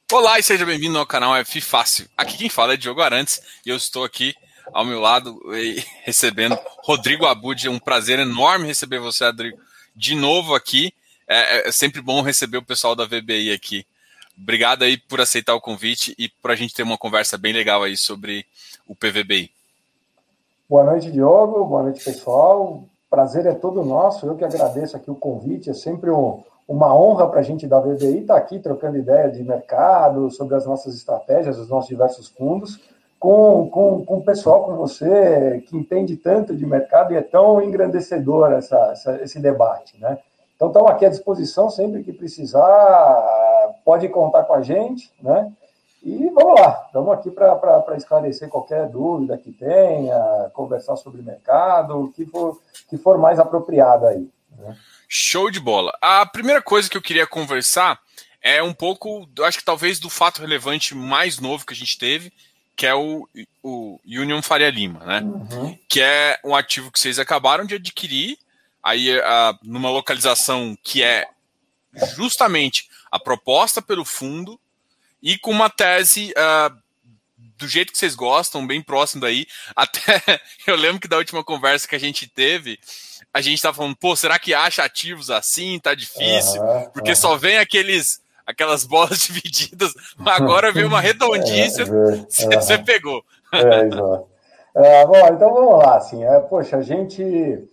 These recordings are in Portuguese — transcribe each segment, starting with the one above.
Olá e seja bem-vindo ao canal F Fácil. Aqui quem fala é Diogo Arantes e eu estou aqui ao meu lado recebendo Rodrigo Abud. É um prazer enorme receber você, Rodrigo, de novo aqui. É sempre bom receber o pessoal da VBI aqui. Obrigado aí por aceitar o convite e por a gente ter uma conversa bem legal aí sobre o PVBI. Boa noite, Diogo. Boa noite, pessoal. Prazer é todo nosso. Eu que agradeço aqui o convite. É sempre uma honra para a gente da VBI estar aqui trocando ideia de mercado, sobre as nossas estratégias, os nossos diversos fundos, com o pessoal, com você, que entende tanto de mercado e é tão engrandecedor esse debate, né? Então, estamos aqui à disposição sempre que precisar. Pode contar com a gente, né? E vamos lá, estamos aqui para esclarecer qualquer dúvida que tenha, conversar sobre mercado, o que for mais apropriado aí, né? Show de bola. A primeira coisa que eu queria conversar é um pouco, acho que talvez do fato relevante mais novo que a gente teve, que é o Union Faria Lima, né? Uhum. Que é um ativo que vocês acabaram de adquirir, aí numa localização que é justamente a proposta pelo fundo e com uma tese do jeito que vocês gostam, bem próximo daí. Até eu lembro que da última conversa que a gente teve, a gente estava falando, pô, será que acha ativos assim? Tá difícil, porque só vem aquelas bolas divididas, agora veio uma redondícia, você pegou. Exato. Bom, então vamos lá, assim, poxa, a gente...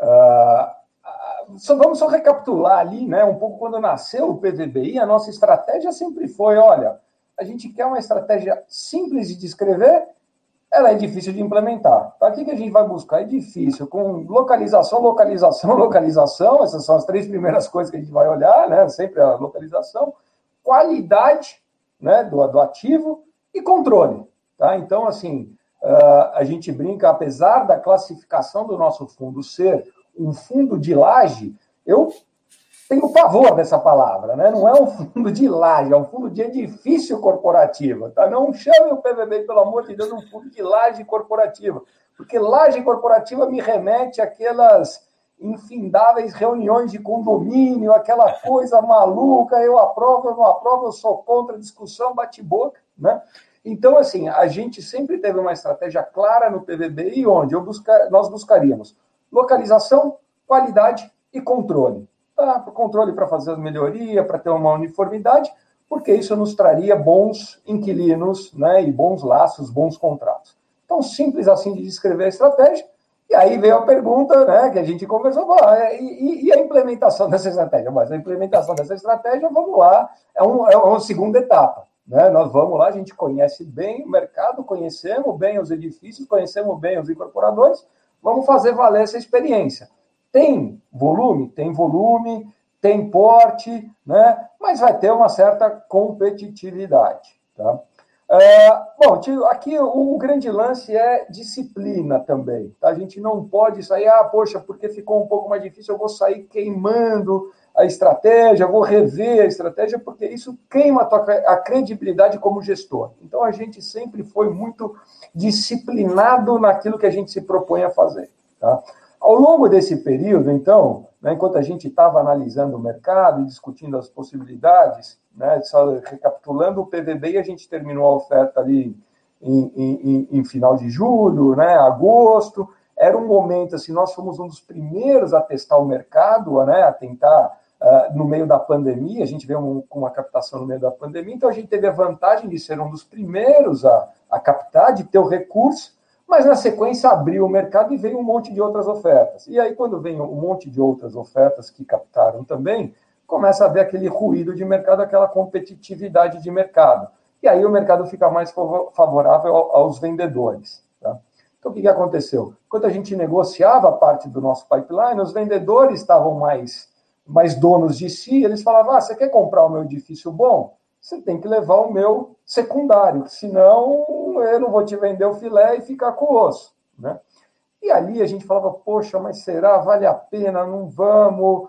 vamos só recapitular ali, né, um pouco quando nasceu o PVBI, a nossa estratégia sempre foi, olha, a gente quer uma estratégia simples de descrever, ela é difícil de implementar. Tá? O que a gente vai buscar? É difícil, com localização, localização, localização, essas são as três primeiras coisas que a gente vai olhar, né? Sempre a localização, qualidade, né, do ativo e controle. Tá? Então, assim, a gente brinca, apesar da classificação do nosso fundo ser um fundo de laje, eu tenho pavor dessa palavra, né? Não é um fundo de laje, é um fundo de edifício corporativo. Tá? Não chame o PVBI, pelo amor de Deus, um fundo de laje corporativa, porque laje corporativa me remete àquelas infindáveis reuniões de condomínio, aquela coisa maluca, eu aprovo, eu não aprovo, eu sou contra, discussão, bate-boca, né? Então, assim, a gente sempre teve uma estratégia clara no PVBI, onde nós buscaríamos localização, qualidade e controle. Para controle, para fazer as melhorias, para ter uma uniformidade, porque isso nos traria bons inquilinos, né, e bons laços, bons contratos. Então, simples assim de descrever a estratégia. E aí veio a pergunta, né, que a gente conversou, e a implementação dessa estratégia? Mas a implementação dessa estratégia, vamos lá, é uma segunda etapa. Né? Nós vamos lá, a gente conhece bem o mercado, conhecemos bem os edifícios, conhecemos bem os incorporadores, vamos fazer valer essa experiência. Tem volume? Tem volume, tem porte, né? Mas vai ter uma certa competitividade. Tá? Bom, aqui o grande lance é disciplina também. Tá? A gente não pode sair, poxa, porque ficou um pouco mais difícil, eu vou sair queimando a estratégia, vou rever a estratégia, porque isso queima a credibilidade como gestor. Então, a gente sempre foi muito disciplinado naquilo que a gente se propõe a fazer. Tá? Ao longo desse período, então, né, enquanto a gente estava analisando o mercado e discutindo as possibilidades, né, só recapitulando o PVBI, a gente terminou a oferta ali em final de julho, né, agosto. Era um momento, assim, nós fomos um dos primeiros a testar o mercado, né, a tentar, no meio da pandemia, a gente veio com uma captação no meio da pandemia, então a gente teve a vantagem de ser um dos primeiros a captar, de ter o recurso, mas na sequência abriu o mercado e veio um monte de outras ofertas. E aí, quando vem um monte de outras ofertas que captaram também, começa a haver aquele ruído de mercado, aquela competitividade de mercado. E aí o mercado fica mais favorável aos vendedores. Tá? Então, o que aconteceu? Quando a gente negociava parte do nosso pipeline, os vendedores estavam mais donos de si, eles falavam, você quer comprar o meu edifício bom? Você tem que levar o meu secundário, senão eu não vou te vender o filé e ficar com o osso, né? E ali a gente falava, poxa, mas será? Vale a pena? Não vamos?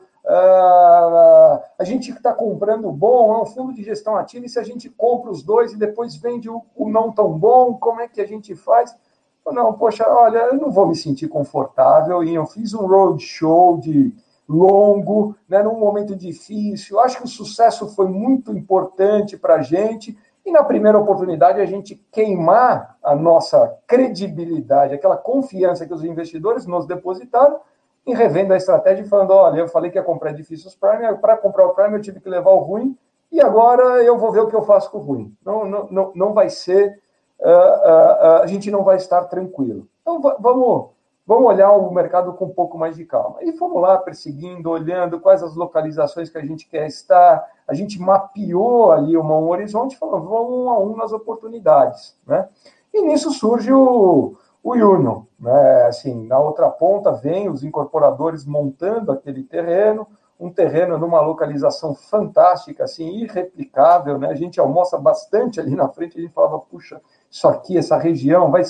A gente está comprando bom, é um fundo de gestão ativa, e se a gente compra os dois e depois vende o não tão bom, como é que a gente faz? Não, poxa, olha, eu não vou me sentir confortável, e eu fiz um roadshow de longo, né, num momento difícil. Acho que o sucesso foi muito importante para a gente, e na primeira oportunidade a gente queimar a nossa credibilidade, aquela confiança que os investidores nos depositaram, em revendo a estratégia e falando, olha, eu falei que ia comprar edifícios Prime, para comprar o Prime eu tive que levar o ruim, e agora eu vou ver o que eu faço com o ruim. Não vai ser, a gente não vai estar tranquilo. Então vamos olhar o mercado com um pouco mais de calma. E fomos lá perseguindo, olhando quais as localizações que a gente quer estar. A gente mapeou ali um horizonte e falou, vamos um a um nas oportunidades, né? E nisso surge o Union, né? Assim, na outra ponta vem os incorporadores montando aquele terreno, um terreno numa localização fantástica, assim, irreplicável, né? A gente almoça bastante ali na frente, a gente falava, puxa, isso aqui, essa região vai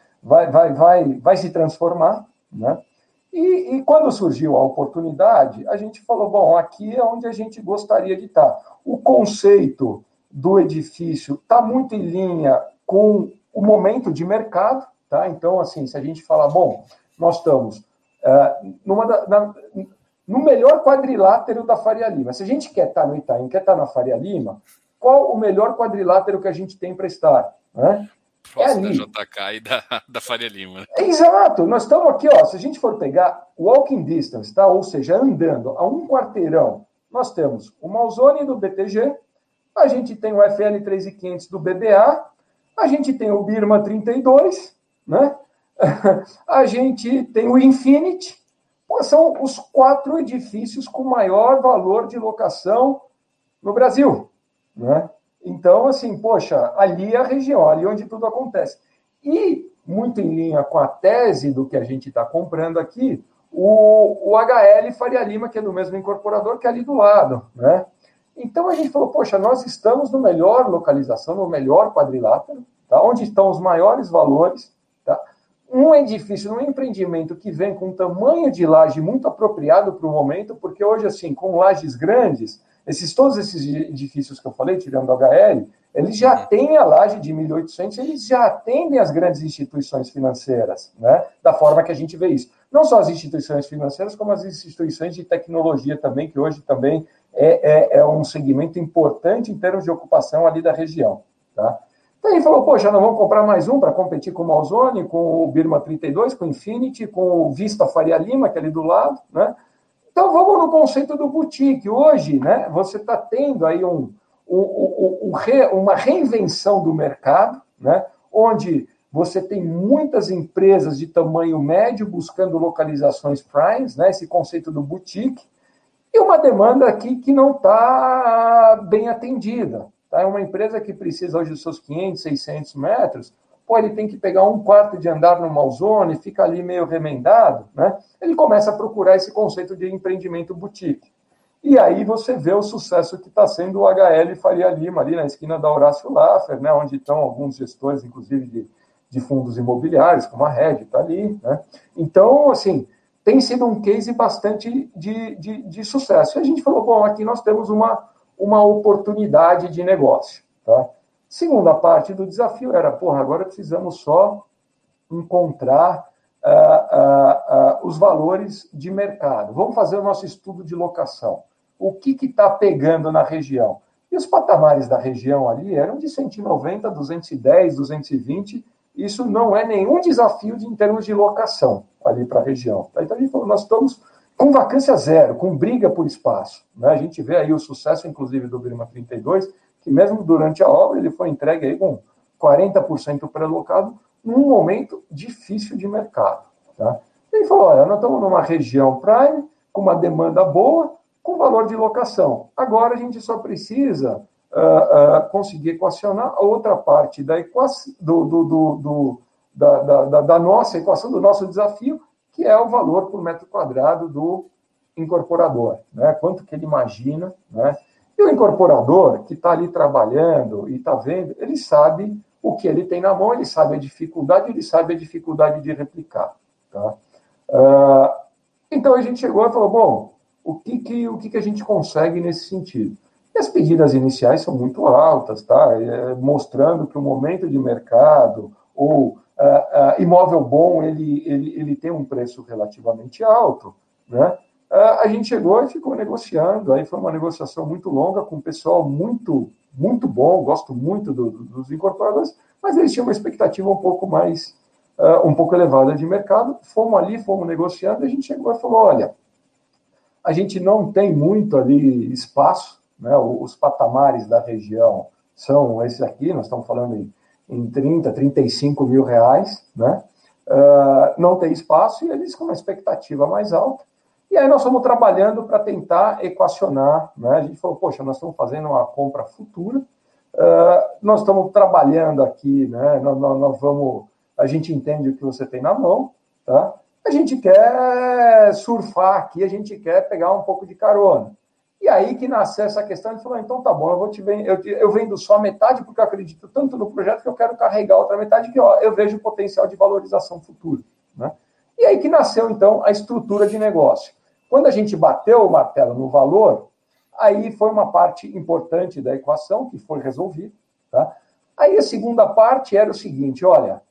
se transformar, né? E quando surgiu a oportunidade, a gente falou, bom, aqui é onde a gente gostaria de estar. O conceito do edifício está muito em linha com o momento de mercado, tá? Então, assim, se a gente falar, bom, nós estamos no melhor quadrilátero da Faria Lima. Se a gente quer estar no Itaim, quer estar na Faria Lima, qual o melhor quadrilátero que a gente tem para estar, né? Próximo da JK e da Faria Lima. Exato, nós estamos aqui, ó, se a gente for pegar walking distance, tá? Ou seja, andando a um quarteirão, nós temos o Malzone do BTG, a gente tem o FL 3500 do BBA, a gente tem o Birma 32, né? A gente tem o Infinity, são os 4 edifícios com maior valor de locação no Brasil, né? Então, assim, poxa, ali é a região, ali onde tudo acontece. E, muito em linha com a tese do que a gente está comprando aqui, o HL Faria Lima, que é do mesmo incorporador, que é ali do lado, né? Então, a gente falou, poxa, nós estamos no melhor localização, no melhor quadrilátero, tá? Onde estão os maiores valores, tá? Um edifício, um empreendimento que vem com um tamanho de laje muito apropriado para o momento, porque hoje, assim, com lajes grandes, todos esses edifícios que eu falei, tirando o HL, eles já têm a laje de 1.800, eles já atendem as grandes instituições financeiras, né? Da forma que a gente vê isso. Não só as instituições financeiras, como as instituições de tecnologia também, que hoje também é um segmento importante em termos de ocupação ali da região, tá? Então ele falou, poxa, nós vamos comprar mais um para competir com o Malzone, com o Birma 32, com o Infinity, com o Vista Faria Lima, que é ali do lado, né? Então, vamos no conceito do boutique. Hoje, né, você está tendo aí uma reinvenção do mercado, né, onde você tem muitas empresas de tamanho médio buscando localizações primes, né, esse conceito do boutique, e uma demanda aqui que não está bem atendida. Tá? É uma empresa que precisa hoje dos seus 500, 600 metros, ele tem que pegar um quarto de andar no Malzone, fica ali meio remendado, né? Ele começa a procurar esse conceito de empreendimento boutique. E aí você vê o sucesso que está sendo o HL Faria Lima, ali na esquina da Horácio Laffer, né? Onde estão alguns gestores, inclusive, de fundos imobiliários, como a Red, está ali, né? Então, assim, tem sido um case bastante de sucesso. E a gente falou, bom, aqui nós temos uma oportunidade de negócio, tá? Segunda parte do desafio era, agora precisamos só encontrar os valores de mercado. Vamos fazer o nosso estudo de locação. O que está pegando na região? E os patamares da região ali eram de 190, 210, 220. Isso não é nenhum desafio em termos de locação ali para a região. Então a gente falou, nós estamos com vacância zero, com briga por espaço, né? A gente vê aí o sucesso, inclusive, do Birma 32, que mesmo durante a obra ele foi entregue aí com 40% pré-locado num momento difícil de mercado, tá? Ele falou, olha, nós estamos numa região prime, com uma demanda boa, com valor de locação. Agora a gente só precisa conseguir equacionar a outra parte da equação, da nossa equação, do nosso desafio, que é o valor por metro quadrado do incorporador, né? Quanto que ele imagina, né? E o incorporador que está ali trabalhando e está vendo, ele sabe o que ele tem na mão, ele sabe a dificuldade de replicar, tá? Então a gente chegou e falou, bom, o que a gente consegue nesse sentido? E as pedidas iniciais são muito altas, tá? Mostrando que o momento de mercado ou imóvel bom, ele tem um preço relativamente alto, né? a gente chegou e ficou negociando. Aí foi uma negociação muito longa, com um pessoal muito, muito bom, gosto muito dos incorporadores, mas eles tinham uma expectativa um pouco mais, um pouco elevada de mercado. Fomos ali, fomos negociando, e a gente chegou e falou, olha, a gente não tem muito ali espaço, né? Os patamares da região são esses aqui, nós estamos falando em 30, 35 mil reais, né? Não tem espaço, e eles com uma expectativa mais alta. E aí nós estamos trabalhando para tentar equacionar, né? A gente falou, poxa, nós estamos fazendo uma compra futura, nós estamos trabalhando aqui, né? Nós vamos, a gente entende o que você tem na mão, tá? A gente quer surfar aqui, a gente quer pegar um pouco de carona. E aí que nasceu essa questão, ele falou, então tá bom, eu vendo só metade, porque eu acredito tanto no projeto que eu quero carregar a outra metade, que eu vejo o potencial de valorização futura, né? E aí que nasceu, então, a estrutura de negócio. Quando a gente bateu o martelo no valor, aí foi uma parte importante da equação que foi resolvida, tá? Aí a segunda parte era o seguinte, olha,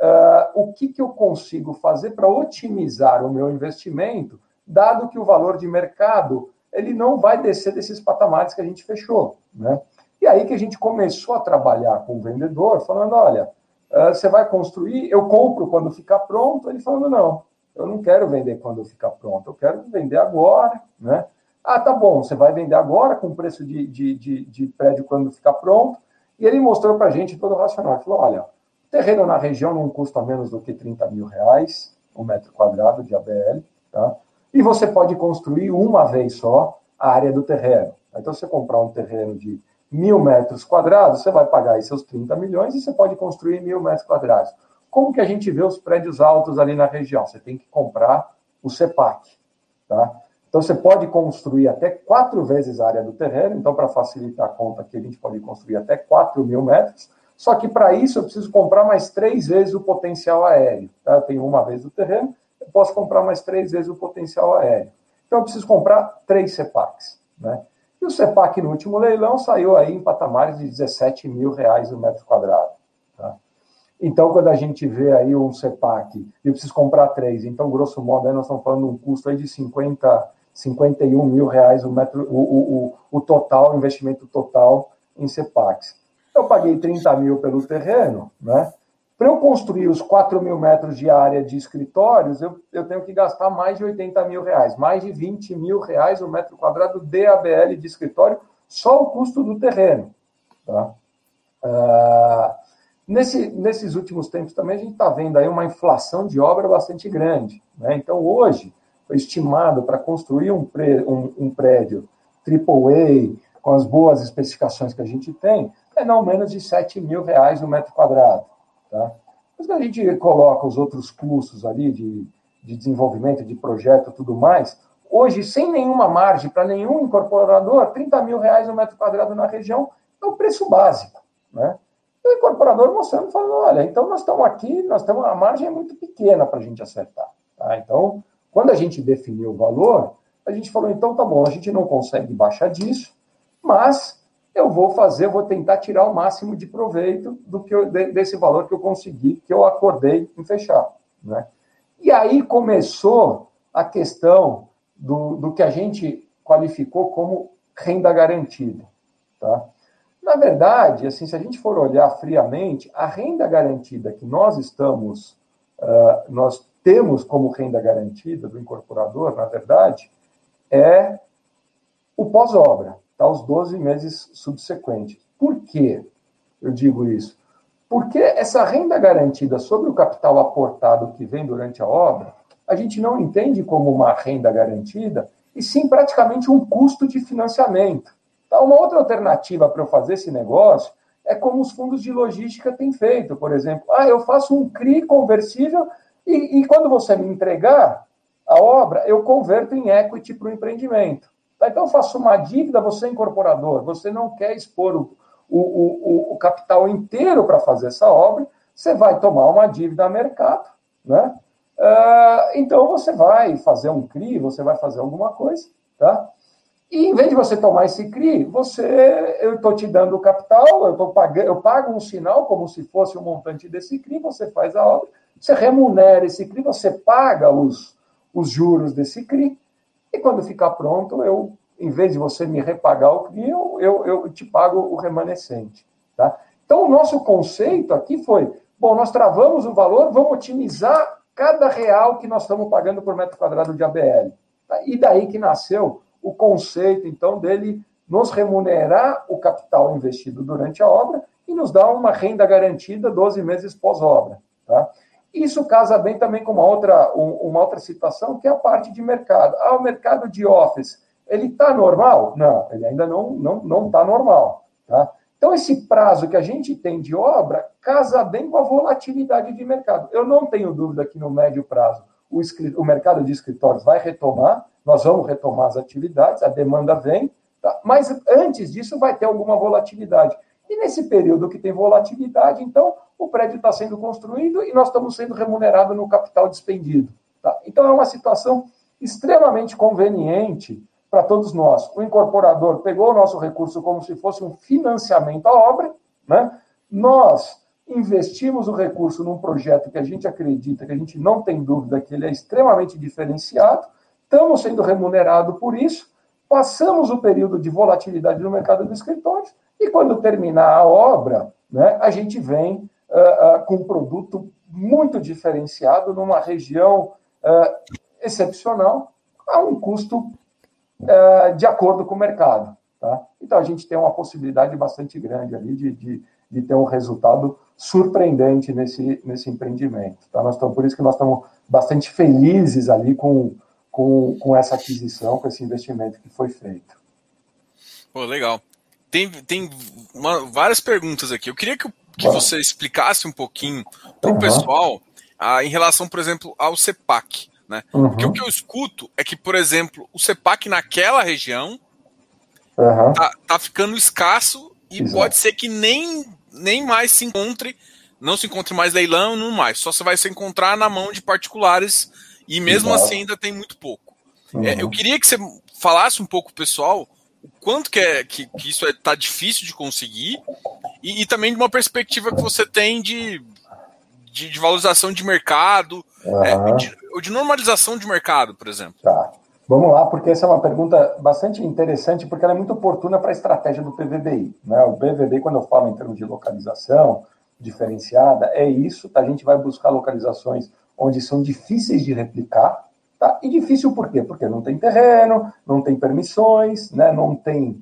o que eu consigo fazer para otimizar o meu investimento, dado que o valor de mercado ele não vai descer desses patamares que a gente fechou, né? E aí que a gente começou a trabalhar com o vendedor, falando, olha, você vai construir, eu compro quando ficar pronto. Ele falando, não, eu não quero vender quando ficar pronto, eu quero vender agora, né? Ah, tá bom, você vai vender agora com preço de prédio quando ficar pronto. E ele mostrou para a gente todo o racional. Ele falou, olha, terreno na região não custa menos do que 30 mil reais, um metro quadrado de ABL, tá? E você pode construir uma vez só a área do terreno. Então, se você comprar um terreno de 1.000 metros quadrados, você vai pagar aí seus 30 milhões e você pode construir 1.000 metros quadrados. Como que a gente vê os prédios altos ali na região? Você tem que comprar o CEPAC, tá? Então, você pode construir até 4 vezes a área do terreno. Então, para facilitar a conta aqui, a gente pode construir até 4.000 metros. Só que, para isso, eu preciso comprar mais 3 vezes o potencial aéreo, tá? Eu tenho uma vez o terreno, eu posso comprar mais 3 vezes o potencial aéreo. Então, eu preciso comprar 3 CEPACs, né? E o CEPAC, no último leilão, saiu aí em patamares de 17 mil reais o metro quadrado, tá? Então, quando a gente vê aí um CEPAC, e eu preciso comprar 3, então, grosso modo, aí nós estamos falando de um custo aí de 51 mil reais o total, o investimento total em CEPACs. Eu paguei 30 mil pelo terreno, né? Para eu construir os 4.000 metros de área de escritórios, eu tenho que gastar mais de 80 mil reais, mais de 20 mil reais o metro quadrado de ABL de escritório, só o custo do terreno, tá? Nesses últimos tempos também a gente está vendo aí uma inflação de obra bastante grande, né? Então, hoje, foi estimado para construir um prédio AAA, com as boas especificações que a gente tem, é não menos de 7 mil reais o metro quadrado, tá? Mas quando a gente coloca os outros custos ali de desenvolvimento, de projeto e tudo mais, hoje, sem nenhuma margem para nenhum incorporador, 30 mil reais o metro quadrado na região é o preço básico, né? E o incorporador mostrando, falando, olha, então nós estamos aqui, a margem é muito pequena para a gente acertar, tá? Então, quando a gente definiu o valor, a gente falou, então tá bom, a gente não consegue baixar disso, mas eu vou tentar tirar o máximo de proveito desse valor que eu consegui, que eu acordei em fechar, né? E aí começou a questão do que a gente qualificou como renda garantida, tá? Na verdade, assim, se a gente for olhar friamente, a renda garantida que nós temos como renda garantida do incorporador, na verdade, é o pós-obra, tá? Os 12 meses subsequentes. Por quê eu digo isso? Porque essa renda garantida sobre o capital aportado que vem durante a obra, a gente não entende como uma renda garantida, e sim praticamente um custo de financiamento. Tá? Uma outra alternativa para eu fazer esse negócio é como os fundos de logística têm feito, por exemplo. Eu faço um CRI conversível e quando você me entregar a obra, eu converto em equity para o empreendimento. Tá? Então, eu faço uma dívida, você é incorporador, você não quer expor o capital inteiro para fazer essa obra, você vai tomar uma dívida a mercado, né? Então, você vai fazer um CRI, você vai fazer alguma coisa, tá? E, em vez de você tomar esse CRI, eu estou te dando o capital, eu pago um sinal como se fosse o montante desse CRI, você faz a obra, você remunera esse CRI, você paga os juros desse CRI, e quando ficar pronto, em vez de você me repagar o CRI, eu te pago o remanescente. Tá? Então, o nosso conceito aqui foi, bom, nós travamos o valor, vamos otimizar cada real que nós estamos pagando por metro quadrado de ABL. Tá? E daí que nasceu o conceito, então, dele nos remunerar o capital investido durante a obra e nos dar uma renda garantida 12 meses pós-obra. Tá? Isso casa bem também com uma outra situação, que é a parte de mercado. O mercado de office, ele está normal? Não, ele ainda não está normal. Tá? Então, esse prazo que a gente tem de obra casa bem com a volatilidade de mercado. Eu não tenho dúvida que no médio prazo o mercado de escritórios vai retomar, nós vamos retomar as atividades, a demanda vem, tá? Mas antes disso vai ter alguma volatilidade. E nesse período que tem volatilidade, então, o prédio está sendo construído e nós estamos sendo remunerados no capital despendido. Tá? Então, é uma situação extremamente conveniente para todos nós. O incorporador pegou o nosso recurso como se fosse um financiamento à obra, né? Nós investimos o recurso num projeto que a gente acredita, que a gente não tem dúvida que ele é extremamente diferenciado, estamos sendo remunerados por isso, passamos o período de volatilidade no mercado dos escritórios e quando terminar a obra, né, a gente vem com um produto muito diferenciado numa região excepcional a um custo de acordo com o mercado. Tá? Então, a gente tem uma possibilidade bastante grande ali de ter um resultado surpreendente nesse empreendimento. Tá? Por isso que nós estamos bastante felizes ali com essa aquisição, com esse investimento que foi feito. Pô, legal. Tem várias perguntas aqui. Eu queria que você explicasse um pouquinho para o pessoal em relação, por exemplo, ao CEPAC. Né? Porque o que eu escuto é que, por exemplo, o CEPAC naquela região tá ficando escasso e Exato. Pode ser que nem mais não se encontre mais leilão, não mais. Só você vai se encontrar na mão de particulares e mesmo Exato. Assim ainda tem muito pouco. Eu queria que você falasse um pouco, pessoal, o quanto que isso tá difícil de conseguir e também de uma perspectiva que você tem de valorização de mercado, ou de normalização de mercado, por exemplo. Tá. Vamos lá, porque essa é uma pergunta bastante interessante, porque ela é muito oportuna para a estratégia do PVBI. Né? O PVBI, quando eu falo em termos de localização diferenciada, é isso, tá? A gente vai buscar localizações onde são difíceis de replicar, tá? E difícil por quê? Porque não tem terreno, não tem permissões, né? Não tem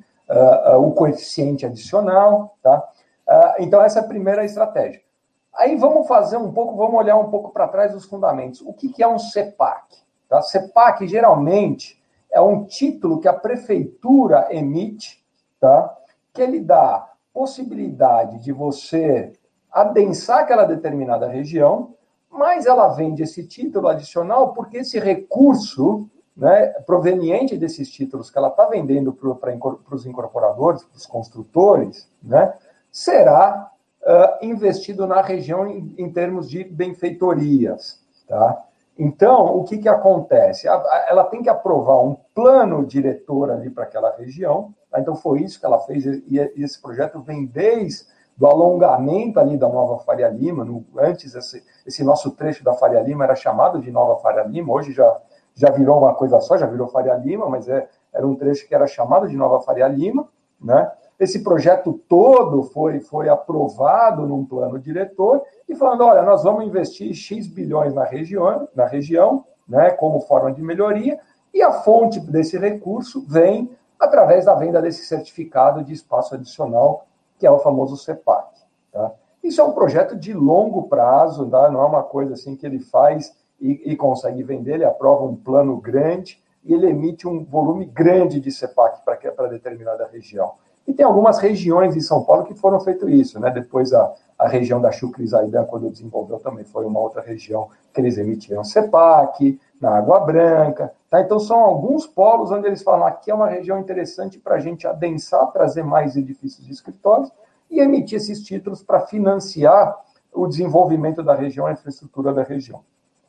o coeficiente adicional, tá? Então, essa é a primeira estratégia. Aí vamos olhar um pouco para trás dos fundamentos. O que é um CEPAC? Tá? CEPAC, geralmente, é um título que a prefeitura emite, tá? Que ele dá possibilidade de você adensar aquela determinada região, mas ela vende esse título adicional porque esse recurso, né, proveniente desses títulos que ela está vendendo para os incorporadores, para os construtores, né, será investido na região em termos de benfeitorias. Tá? Então, o que acontece? Ela tem que aprovar um plano diretor ali para aquela região. Tá? Então, foi isso que ela fez, e esse projeto vem desde do alongamento ali da Nova Faria Lima. Antes, esse nosso trecho da Faria Lima era chamado de Nova Faria Lima, hoje já virou uma coisa só, já virou Faria Lima, mas era um trecho que era chamado de Nova Faria Lima, né? Esse projeto todo foi aprovado num plano diretor e falando, olha, nós vamos investir X bilhões na região, né, como forma de melhoria, e a fonte desse recurso vem através da venda desse certificado de espaço adicional, que é o famoso CEPAC. Tá? Isso é um projeto de longo prazo, tá? Não é uma coisa assim que ele faz e consegue vender, ele aprova um plano grande e ele emite um volume grande de CEPAC para determinada região. E tem algumas regiões em São Paulo que foram feito isso, né? Depois a região da Chucri-Zaidan, quando desenvolveu, também foi uma outra região que eles emitiram CEPAC, na Água Branca. Tá? Então, são alguns polos onde eles falam aqui é uma região interessante para a gente adensar, trazer mais edifícios de escritórios e emitir esses títulos para financiar o desenvolvimento da região, a infraestrutura da região.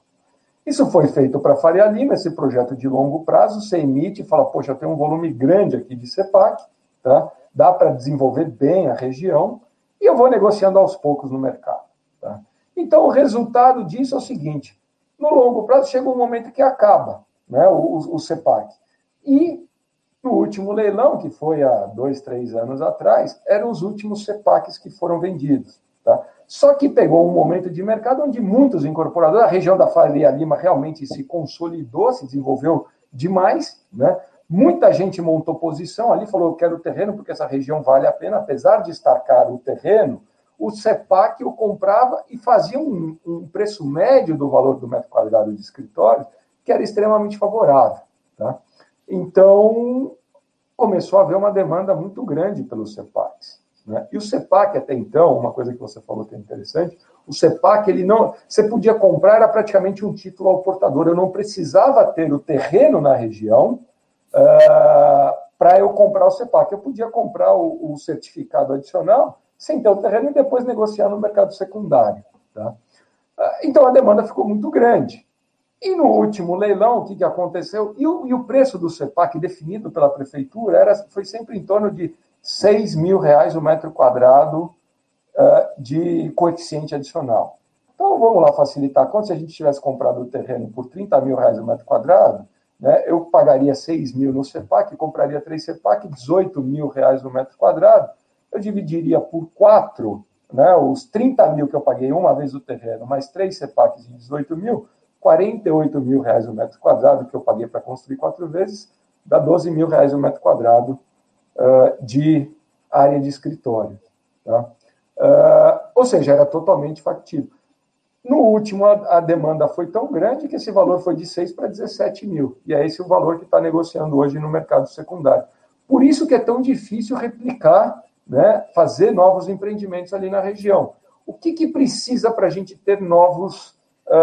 Isso foi feito para Faria Lima, esse projeto de longo prazo, você emite e fala, poxa, tem um volume grande aqui de CEPAC, tá? Dá para desenvolver bem a região e eu vou negociando aos poucos no mercado. Tá? Então, o resultado disso é o seguinte, no longo prazo chega um momento que acaba, né, o CEPAC. E no último leilão, que foi há 2, 3 anos atrás, eram os últimos CEPACs que foram vendidos. Tá? Só que pegou um momento de mercado onde muitos incorporadores, a região da Faria Lima realmente se consolidou, se desenvolveu demais, né? Muita gente montou posição ali, falou, eu quero terreno porque essa região vale a pena, apesar de estar caro o terreno, o CEPAC o comprava e fazia um preço médio do valor do metro quadrado de escritório, que era extremamente favorável. Tá? Então, começou a haver uma demanda muito grande pelos CEPACs. Né? E o CEPAC, até então, uma coisa que você falou que é interessante, o CEPAC, ele não, você podia comprar, era praticamente um título ao portador. Eu não precisava ter o terreno na região para eu comprar o CEPAC. Eu podia comprar o certificado adicional sem ter o terreno e depois negociar no mercado secundário. Tá? Então, a demanda ficou muito grande. E no último leilão, o que aconteceu? E o preço do CEPAC definido pela prefeitura foi sempre em torno de R$6.000 o metro quadrado de coeficiente adicional. Então, vamos lá facilitar. Quando se a gente tivesse comprado o terreno por R$30.000 o metro quadrado, né, eu pagaria 6.000 no CEPAC, compraria 3 CEPAC, R$18.000 no metro quadrado, eu dividiria por 4, né, os 30.000 que eu paguei uma vez o terreno, mais 3 CEPACs de 18.000, R$48.000 o metro quadrado que eu paguei para construir 4 vezes, dá R$12.000 o metro quadrado de área de escritório. Tá? Ou seja, era totalmente factível. No último, a demanda foi tão grande que esse valor foi de 6 para 17 mil. E é esse o valor que está negociando hoje no mercado secundário. Por isso que é tão difícil replicar, né, fazer novos empreendimentos ali na região. O que precisa para a gente ter novos...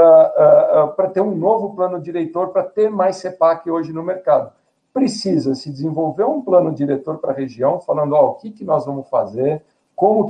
para ter um novo plano diretor, para ter mais CEPAC hoje no mercado? Precisa se desenvolver um plano diretor para a região, falando o que nós vamos fazer, como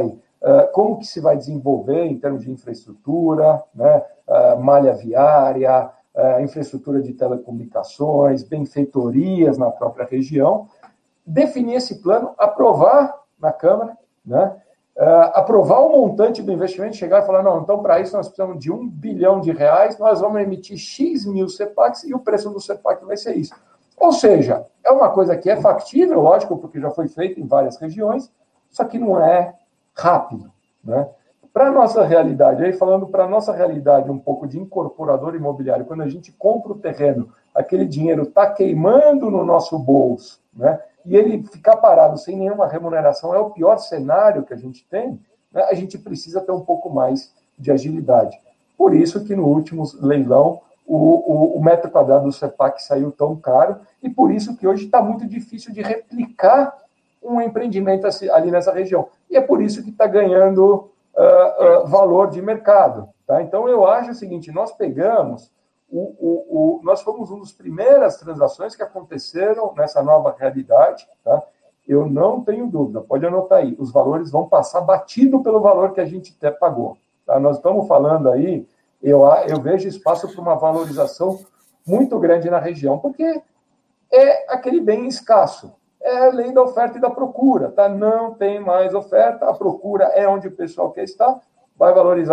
que se vai desenvolver em termos de infraestrutura, né, malha viária, infraestrutura de telecomunicações, benfeitorias na própria região, definir esse plano, aprovar na Câmara, né, aprovar o montante do investimento, chegar e falar, não, então para isso nós precisamos de R$1 bilhão, nós vamos emitir X mil CEPACs e o preço do CEPAC vai ser isso. Ou seja, é uma coisa que é factível, lógico, porque já foi feita em várias regiões, só que não é rápido. Né? Para a nossa realidade, aí falando para a nossa realidade um pouco de incorporador imobiliário, quando a gente compra o terreno, aquele dinheiro está queimando no nosso bolso, né? E ele ficar parado sem nenhuma remuneração é o pior cenário que a gente tem, né? A gente precisa ter um pouco mais de agilidade. Por isso que no último leilão o metro quadrado do CEPAC saiu tão caro e por isso que hoje está muito difícil de replicar um empreendimento ali nessa região. E é por isso que está ganhando valor de mercado. Tá? Então, eu acho o seguinte, nós pegamos, nós fomos uma das primeiras transações que aconteceram nessa nova realidade. Tá? Eu não tenho dúvida, pode anotar aí, os valores vão passar batido pelo valor que a gente até pagou. Tá? Nós estamos falando aí, eu vejo espaço para uma valorização muito grande na região, porque é aquele bem escasso. É a lei da oferta e da procura. Tá? Não tem mais oferta, a procura é onde o pessoal quer estar, vai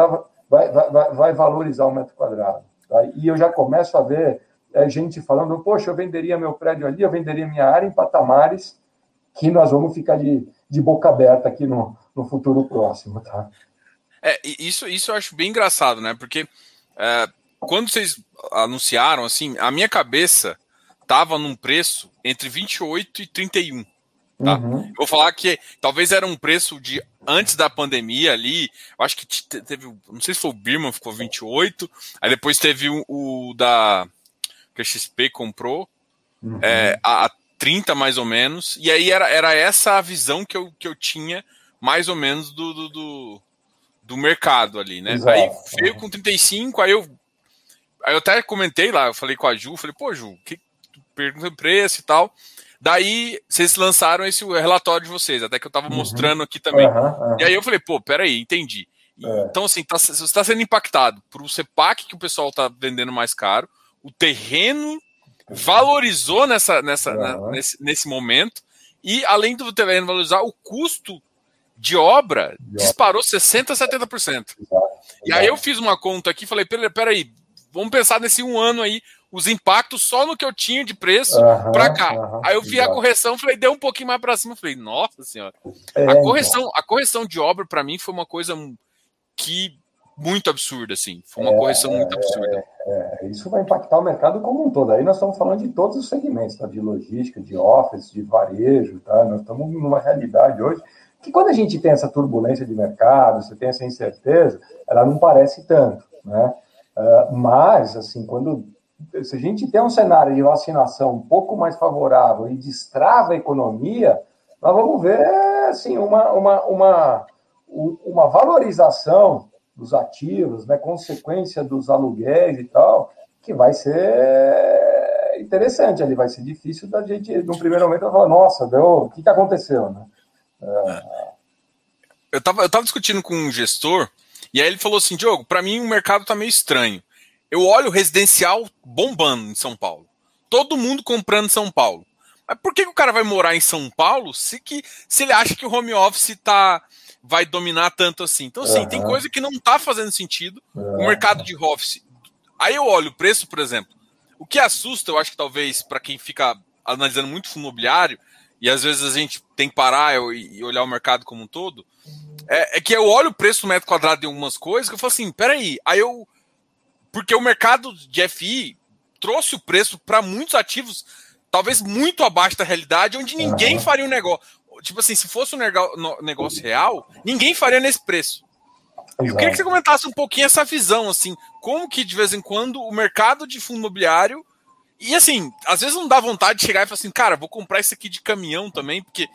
valorizar o metro quadrado. Tá? E eu já começo a ver gente falando, poxa, eu venderia meu prédio ali, eu venderia minha área em patamares que nós vamos ficar de boca aberta aqui no futuro próximo. Tá? Isso eu acho bem engraçado, né? Porque quando vocês anunciaram, assim, a minha cabeça estava num preço entre 28 e 31. Tá? Uhum. Vou falar que talvez era um preço de antes da pandemia ali. Eu acho que teve, não sei se foi o Birman, ficou 28. Aí depois teve o que a XP comprou, Uhum. a 30 mais ou menos. E aí era essa a visão que eu tinha mais ou menos do mercado ali, né? Exato. Aí veio com 35, aí eu até comentei lá, eu falei com a Ju, falei, pô, Ju, pergunta o preço e tal. Daí, vocês lançaram esse relatório de vocês, até que eu tava mostrando aqui também. E aí eu falei, pô, peraí, entendi. Então, assim, você está sendo impactado por um CEPAC que o pessoal tá vendendo mais caro, o terreno valorizou nesse momento, e além do terreno valorizar, o custo de obra disparou 60%, 70%. E aí eu fiz uma conta aqui e falei, peraí, vamos pensar nesse um ano aí, os impactos só no que eu tinha de preço para cá. Aí eu vi a correção, falei, deu um pouquinho mais para cima, falei, nossa senhora. A correção de obra para mim foi uma coisa que muito absurda, assim. Foi uma correção muito absurda. Isso vai impactar o mercado como um todo. Aí nós estamos falando de todos os segmentos, tá? De logística, de office, de varejo, tá? Nós estamos numa realidade hoje que quando a gente tem essa turbulência de mercado, você tem essa incerteza, ela não parece tanto, né? Mas, assim, se a gente tem um cenário de vacinação um pouco mais favorável e destrava a economia, nós vamos ver, assim, uma valorização dos ativos, né, consequência dos aluguéis e tal, que vai ser interessante, ali vai ser difícil da gente, no primeiro momento, falar, nossa, o que aconteceu, né? Eu tava discutindo com um gestor, e aí ele falou assim, Diogo, para mim o mercado tá meio estranho. Eu olho o residencial bombando em São Paulo. Todo mundo comprando em São Paulo. Mas por que o cara vai morar em São Paulo se ele acha que o home office vai dominar tanto assim? Então, assim, tem coisa que não tá fazendo sentido. O mercado de office. Aí eu olho o preço, por exemplo. O que assusta, eu acho que talvez, para quem fica analisando muito fundo imobiliário, e às vezes a gente tem que parar e olhar o mercado como um todo, é que eu olho o preço do metro quadrado de algumas coisas que eu falo assim, peraí, porque o mercado de FI trouxe o preço para muitos ativos, talvez muito abaixo da realidade, onde ninguém faria um negócio. Tipo assim, se fosse um negócio real, ninguém faria nesse preço. Eu queria que você comentasse um pouquinho essa visão, assim, como que de vez em quando o mercado de fundo imobiliário, e assim, às vezes não dá vontade de chegar e falar assim, cara, vou comprar isso aqui de caminhão também, porque...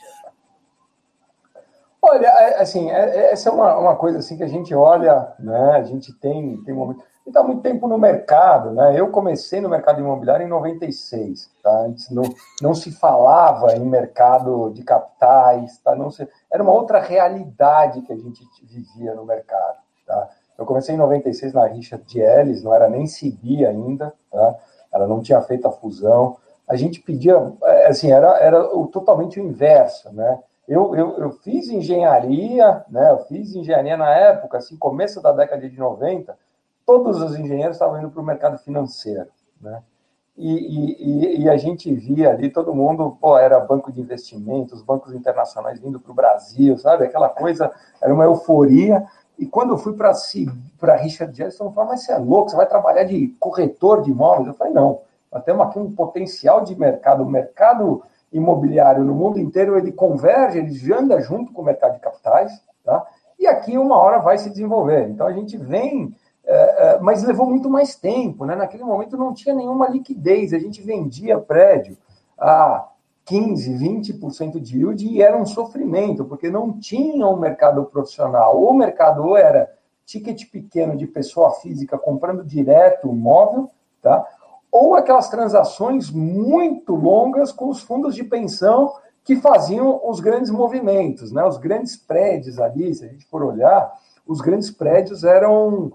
Olha, assim, essa é uma coisa assim que a gente olha, né, a gente tem um momento... está muito tempo no mercado, né? Eu comecei no mercado imobiliário em 96, tá? Antes não se falava em mercado de capitais, tá? Era uma outra realidade que a gente vivia no mercado, tá? Eu comecei em 96 na Richard Ellis, não era nem CBI ainda, tá? Ela não tinha feito a fusão. A gente pedia, assim, era totalmente o inverso, né? Eu fiz engenharia, né? Eu fiz engenharia na época, assim, começo da década de 90, todos os engenheiros estavam indo para o mercado financeiro, né? E a gente via ali todo mundo, era banco de investimentos, bancos internacionais vindo para o Brasil, sabe? Aquela coisa, era uma euforia. E quando eu fui para Richard Ellis, eu falei, mas você é louco, você vai trabalhar de corretor de imóveis? Eu falei, não, nós temos aqui um potencial de mercado, o mercado imobiliário no mundo inteiro, ele converge, ele anda junto com o mercado de capitais, tá? E aqui uma hora vai se desenvolver. Então a gente vem... mas levou muito mais tempo, né? Naquele momento não tinha nenhuma liquidez, a gente vendia prédio a 15%, 20% de yield e era um sofrimento, porque não tinha um mercado profissional. O mercado era ticket pequeno de pessoa física comprando direto o imóvel, tá? Ou aquelas transações muito longas com os fundos de pensão que faziam os grandes movimentos, né? Os grandes prédios ali, se a gente for olhar, os grandes prédios eram...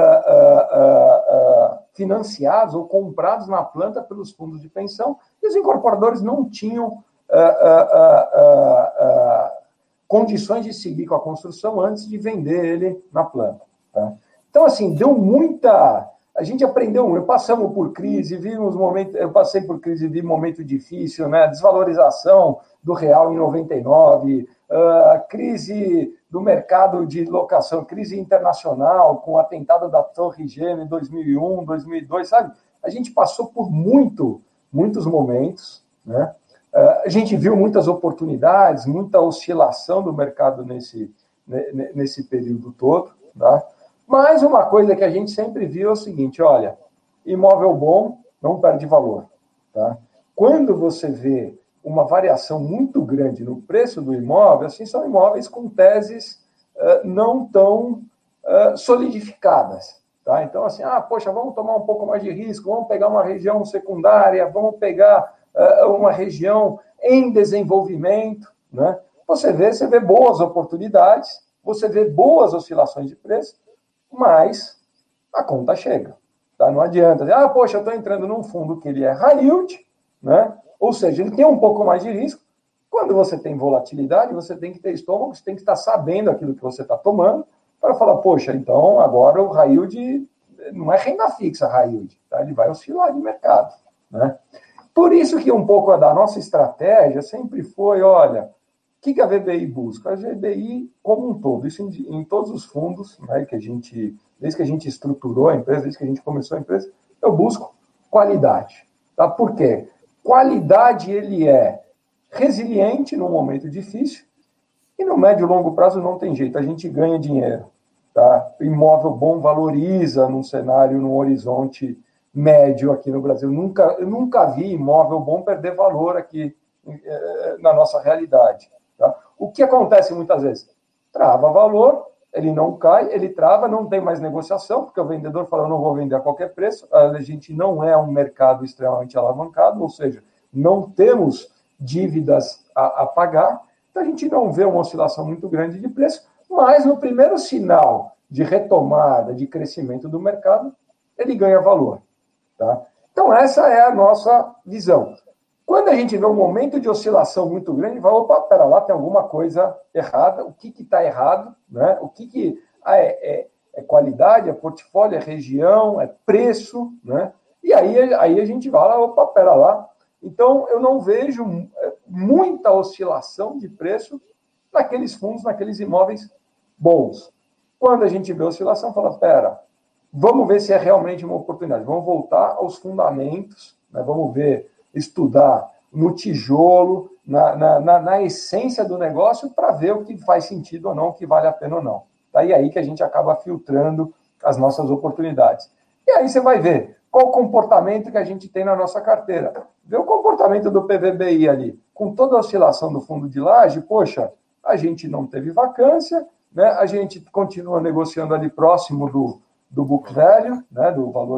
financiados ou comprados na planta pelos fundos de pensão, e os incorporadores não tinham condições de seguir com a construção antes de vender ele na planta. Tá? Então, assim, deu muita... A gente aprendeu, passamos por crise, vimos momentos... Eu passei por crise, vi momento difícil, né? Desvalorização do real em 99, crise do mercado de locação, crise internacional, com o atentado da Torre Gêmea em 2001, 2002, sabe? A gente passou por muitos momentos, né? A gente viu muitas oportunidades, muita oscilação do mercado nesse período todo, tá? Mas uma coisa que a gente sempre viu é o seguinte, olha, imóvel bom não perde valor, tá? Quando você vê uma variação muito grande no preço do imóvel, assim, são imóveis com teses não tão solidificadas. Tá? Então, assim, poxa, vamos tomar um pouco mais de risco, vamos pegar uma região secundária, vamos pegar uma região em desenvolvimento. Né? Você vê boas oportunidades, você vê boas oscilações de preço, mas a conta chega. Tá? Não adianta dizer, poxa, eu estou entrando num fundo que ele é high yield, né? Ou seja, ele tem um pouco mais de risco. Quando você tem volatilidade, você tem que ter estômago, você tem que estar sabendo aquilo que você está tomando, para falar, poxa, então agora o high yield não é renda fixa high yield, tá? Ele vai oscilar de mercado, né? Por isso que um pouco da nossa estratégia sempre foi, olha, o que a VBI busca? A VBI como um todo, isso em todos os fundos, né, desde que a gente estruturou a empresa, desde que a gente começou a empresa, eu busco qualidade, tá? Por quê? Qualidade, ele é resiliente num momento difícil e no médio e longo prazo não tem jeito, a gente ganha dinheiro, tá? Imóvel bom valoriza num cenário, num horizonte médio aqui no Brasil. Eu nunca vi imóvel bom perder valor aqui na nossa realidade, tá? O que acontece muitas vezes? Trava valor, ele não cai, ele trava, não tem mais negociação, porque o vendedor fala, eu não vou vender a qualquer preço, a gente não é um mercado extremamente alavancado, ou seja, não temos dívidas a pagar, então a gente não vê uma oscilação muito grande de preço, mas no primeiro sinal de retomada, de crescimento do mercado, ele ganha valor, tá? Então essa é a nossa visão. Quando a gente vê um momento de oscilação muito grande, vai, opa, pera lá, tem alguma coisa errada, o que está errado, né? O que é qualidade, é portfólio, é região, é preço, né? E aí a gente vai lá, opa, pera lá. Então, eu não vejo muita oscilação de preço naqueles fundos, naqueles imóveis bons. Quando a gente vê oscilação, fala, pera, vamos ver se é realmente uma oportunidade, vamos voltar aos fundamentos, né? Vamos ver, estudar no tijolo, na essência do negócio, para ver o que faz sentido ou não, o que vale a pena ou não. Daí aí que a gente acaba filtrando as nossas oportunidades. E aí você vai ver qual o comportamento que a gente tem na nossa carteira. Vê o comportamento do PVBI ali. Com toda a oscilação do fundo de laje, poxa, a gente não teve vacância, né? A gente continua negociando ali próximo do book value, né? Do valor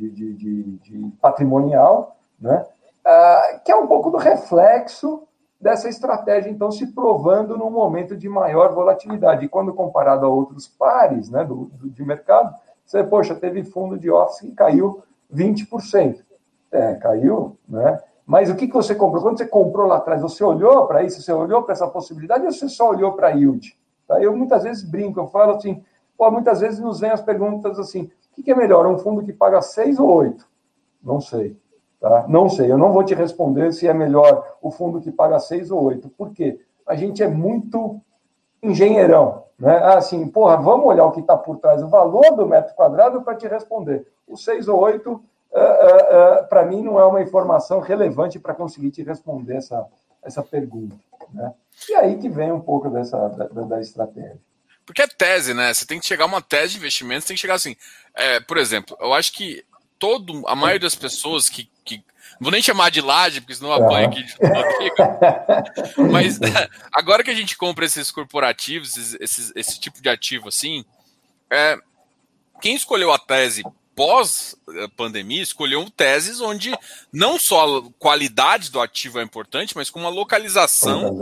de patrimonial, né? Que é um pouco do reflexo dessa estratégia, então, se provando num momento de maior volatilidade. E quando comparado a outros pares, né, de mercado, você, poxa, teve fundo de office que caiu 20%. Caiu, né? Mas o que você comprou? Quando você comprou lá atrás, você olhou para isso, você olhou para essa possibilidade ou você só olhou para yield? Tá? Eu muitas vezes brinco, eu falo assim, muitas vezes nos vem as perguntas assim, o que é melhor, um fundo que paga 6 ou 8? Não sei. Tá? Não sei, eu não vou te responder se é melhor o fundo que paga 6 ou 8. Por quê? A gente é muito engenheirão, né? Assim, vamos olhar o que está por trás, o valor do metro quadrado para te responder. O 6 ou 8, para mim, não é uma informação relevante para conseguir te responder essa pergunta, né? E aí que vem um pouco da estratégia. Porque é tese, né? Você tem que chegar a uma tese de investimento, você tem que chegar assim. Por exemplo, eu acho que a maioria das pessoas que não vou nem chamar de laje, porque senão apanha aqui de Rodrigo. Mas agora que a gente compra esses corporativos, esse tipo de ativo assim, quem escolheu a tese pós-pandemia escolheu teses onde não só a qualidade do ativo é importante, mas com uma localização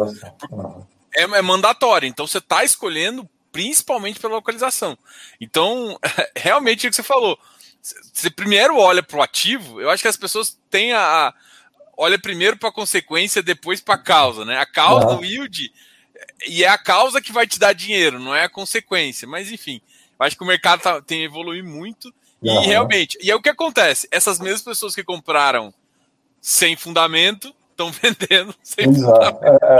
é mandatória. Então você está escolhendo principalmente pela localização. Então, realmente é o que você falou. Você primeiro olha para o ativo, eu acho que as pessoas têm olha primeiro para a consequência, depois para a causa, né? A causa do yield, e é a causa que vai te dar dinheiro, não é a consequência. Mas, enfim, eu acho que o mercado tem evoluído muito e realmente... E é o que acontece, essas mesmas pessoas que compraram sem fundamento estão vendendo sem fundamento.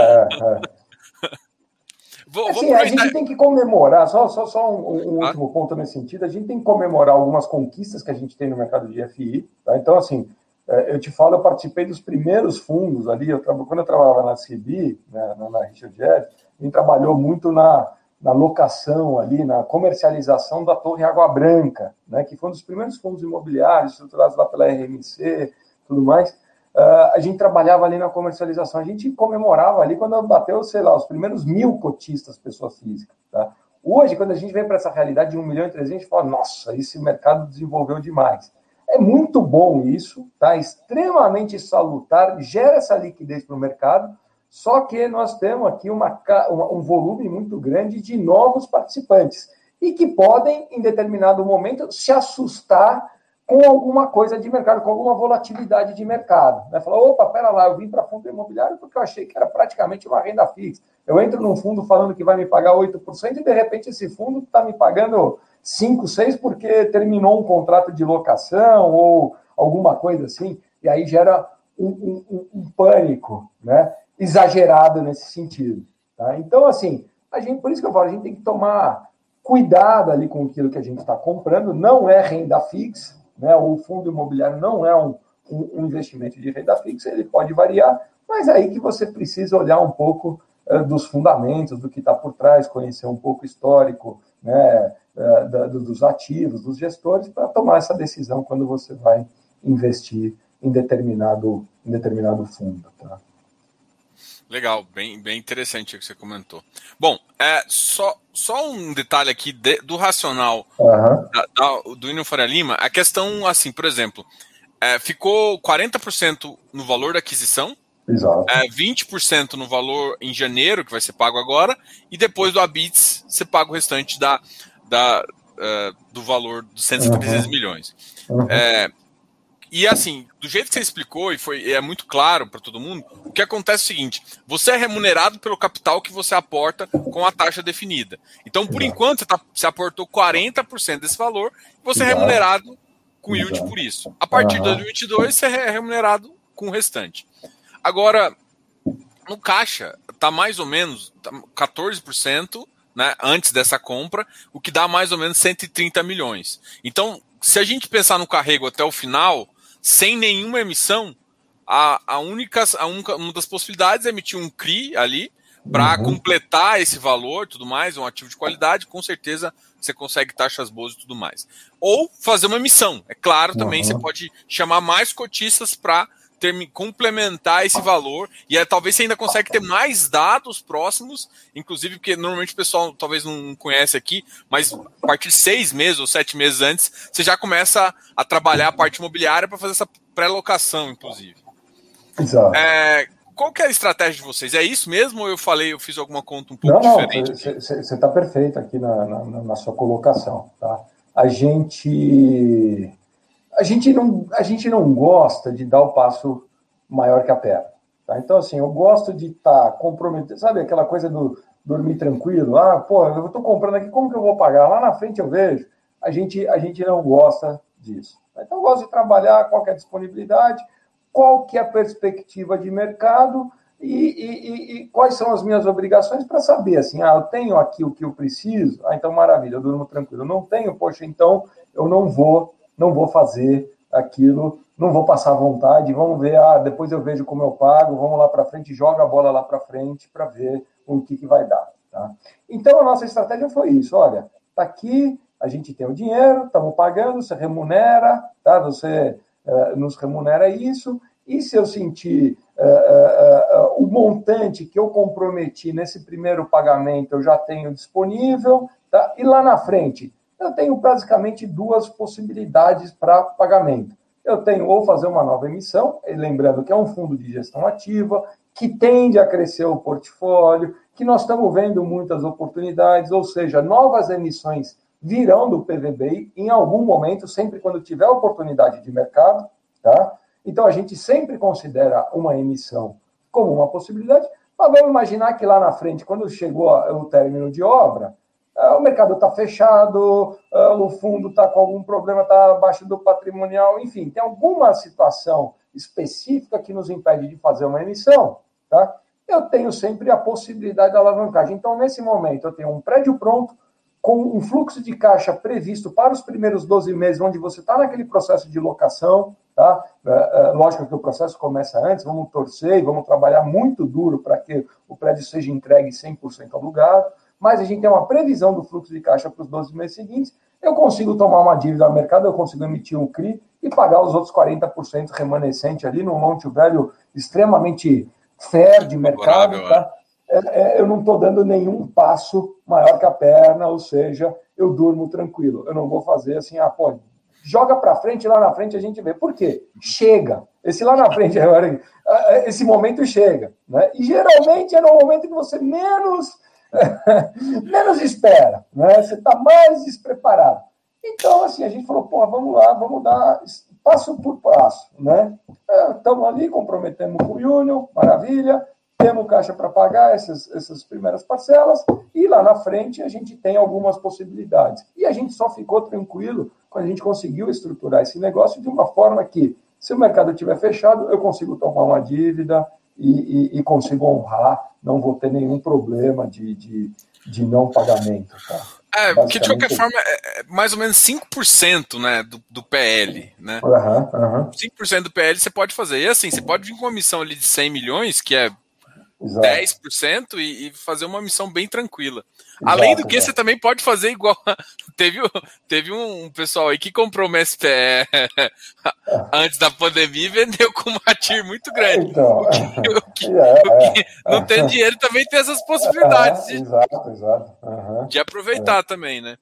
A gente tem que comemorar, só um último ponto nesse sentido, a gente tem que comemorar algumas conquistas que a gente tem no mercado de FI, tá? Então, assim, eu te falo, eu participei dos primeiros fundos ali, quando eu trabalhava na CB, né, na Richard Ellis, a gente trabalhou muito na locação ali, na comercialização da Torre Água Branca, né, que foi um dos primeiros fundos imobiliários estruturados lá pela RMC, tudo mais. A gente trabalhava ali na comercialização, a gente comemorava ali quando bateu, sei lá, os primeiros 1.000 cotistas, pessoa física. Tá? Hoje, quando a gente vem para essa realidade de 1,3 milhão, a gente fala, nossa, esse mercado desenvolveu demais. É muito bom isso, tá? Extremamente salutar, gera essa liquidez para o mercado, só que nós temos aqui um volume muito grande de novos participantes e que podem, em determinado momento, se assustar com alguma coisa de mercado, com alguma volatilidade de mercado. Né? Falou, opa, pera lá, eu vim para fundo imobiliário porque eu achei que era praticamente uma renda fixa. Eu entro num fundo falando que vai me pagar 8% e, de repente, esse fundo está me pagando 5, 6% porque terminou um contrato de locação ou alguma coisa assim. E aí gera um pânico, né? Exagerado nesse sentido. Tá? Então, assim, por isso que eu falo, a gente tem que tomar cuidado ali com aquilo que a gente está comprando. Não é renda fixa, né? O fundo imobiliário não é um investimento de renda fixa, ele pode variar, mas é aí que você precisa olhar um pouco dos fundamentos, do que está por trás, conhecer um pouco o histórico, né, dos ativos, dos gestores, para tomar essa decisão quando você vai investir em determinado fundo. Tá? Legal, bem interessante o que você comentou. Bom, só um detalhe aqui do racional do William Faria Lima. A questão, assim, por exemplo, ficou 40% no valor da aquisição, exato. 20% no valor em janeiro, que vai ser pago agora, e depois do Habits você paga o restante do valor dos 136 milhões. E assim, do jeito que você explicou, e é muito claro para todo mundo, o que acontece é o seguinte: você é remunerado pelo capital que você aporta com a taxa definida. Então, por enquanto, você aportou 40% desse valor, e você é remunerado com yield por isso. A partir de 2022, você é remunerado com o restante. Agora, no caixa, está mais ou menos 14%, né, antes dessa compra, o que dá mais ou menos 130 milhões. Então, se a gente pensar no carrego até o final, sem nenhuma emissão, uma das possibilidades é emitir um CRI ali para completar esse valor, tudo mais, um ativo de qualidade, com certeza você consegue taxas boas e tudo mais. Ou fazer uma emissão. É claro, também você pode chamar mais cotistas para complementar esse valor, e talvez você ainda consegue ter mais dados próximos, inclusive porque normalmente o pessoal talvez não conhece aqui, mas a partir de 6 meses ou 7 meses antes, você já começa a trabalhar a parte imobiliária para fazer essa pré-locação, inclusive. Exato. Qual que é a estratégia de vocês? É isso mesmo ou eu fiz alguma conta um pouco diferente? Você está perfeito aqui na sua colocação. Tá? A gente não gosta de dar o passo maior que a perna. Tá? Então, assim, eu gosto de estar comprometido. Sabe aquela coisa do dormir tranquilo? Eu estou comprando aqui, como que eu vou pagar? Lá na frente eu vejo. A gente não gosta disso. Então, eu gosto de trabalhar qual que é a disponibilidade, qual que é a perspectiva de mercado e quais são as minhas obrigações para saber, assim, eu tenho aqui o que eu preciso, então maravilha, eu durmo tranquilo. Eu não tenho, poxa, então eu não vou fazer aquilo, não vou passar vontade, vamos ver, depois eu vejo como eu pago, vamos lá para frente, joga a bola lá para frente para ver o que vai dar. Tá? Então, a nossa estratégia foi isso, olha, tá aqui, a gente tem o dinheiro, estamos pagando, você remunera, tá? Você nos remunera isso, e se eu sentir o montante que eu comprometi nesse primeiro pagamento, eu já tenho disponível, tá? E lá na frente, eu tenho basicamente 2 possibilidades para pagamento. Eu tenho ou fazer uma nova emissão, lembrando que é um fundo de gestão ativa, que tende a crescer o portfólio, que nós estamos vendo muitas oportunidades, ou seja, novas emissões virão do PVBI em algum momento, sempre quando tiver oportunidade de mercado. Tá? Então, a gente sempre considera uma emissão como uma possibilidade, mas vamos imaginar que lá na frente, quando chegou o término de obra, o mercado está fechado, o fundo está com algum problema, está abaixo do patrimonial, enfim, tem alguma situação específica que nos impede de fazer uma emissão, tá? Eu tenho sempre a possibilidade de alavancagem. Então, nesse momento, eu tenho um prédio pronto, com um fluxo de caixa previsto para os primeiros 12 meses, onde você está naquele processo de locação, tá? Lógico que o processo começa antes, vamos torcer e vamos trabalhar muito duro para que o prédio seja entregue 100% alugado, mas a gente tem uma previsão do fluxo de caixa para os 12 meses seguintes, eu consigo tomar uma dívida no mercado, eu consigo emitir um CRI e pagar os outros 40% remanescente ali num loan to value extremamente fair de mercado, tá? Eu não estou dando nenhum passo maior que a perna, ou seja, eu durmo tranquilo. Eu não vou fazer assim, joga para frente, lá na frente a gente vê. Por quê? Chega. Esse lá na frente, esse momento chega. Né? E geralmente é no momento que você menos espera. Né? Você está mais despreparado. Então, assim, a gente falou, pô, vamos lá, vamos dar passo por passo, né? Estamos ali, comprometemos com o Union, maravilha, temos caixa para pagar essas primeiras parcelas, e lá na frente a gente tem algumas possibilidades. E a gente só ficou tranquilo quando a gente conseguiu estruturar esse negócio de uma forma que, se o mercado estiver fechado, eu consigo tomar uma dívida e consigo honrar, não vou ter nenhum problema de não pagamento, tá? Porque de qualquer forma é mais ou menos 5%, né, do PL, né? 5% do PL você pode fazer. E assim, você pode vir com uma missão ali de 100 milhões, que é Exato. 10% e fazer uma missão bem tranquila. Exato, além do que, você também pode fazer igual. Teve um pessoal aí que comprou uma SPE antes da pandemia e vendeu com uma TIR muito grande. Então, o que não tem dinheiro também tem essas possibilidades de aproveitar também, né?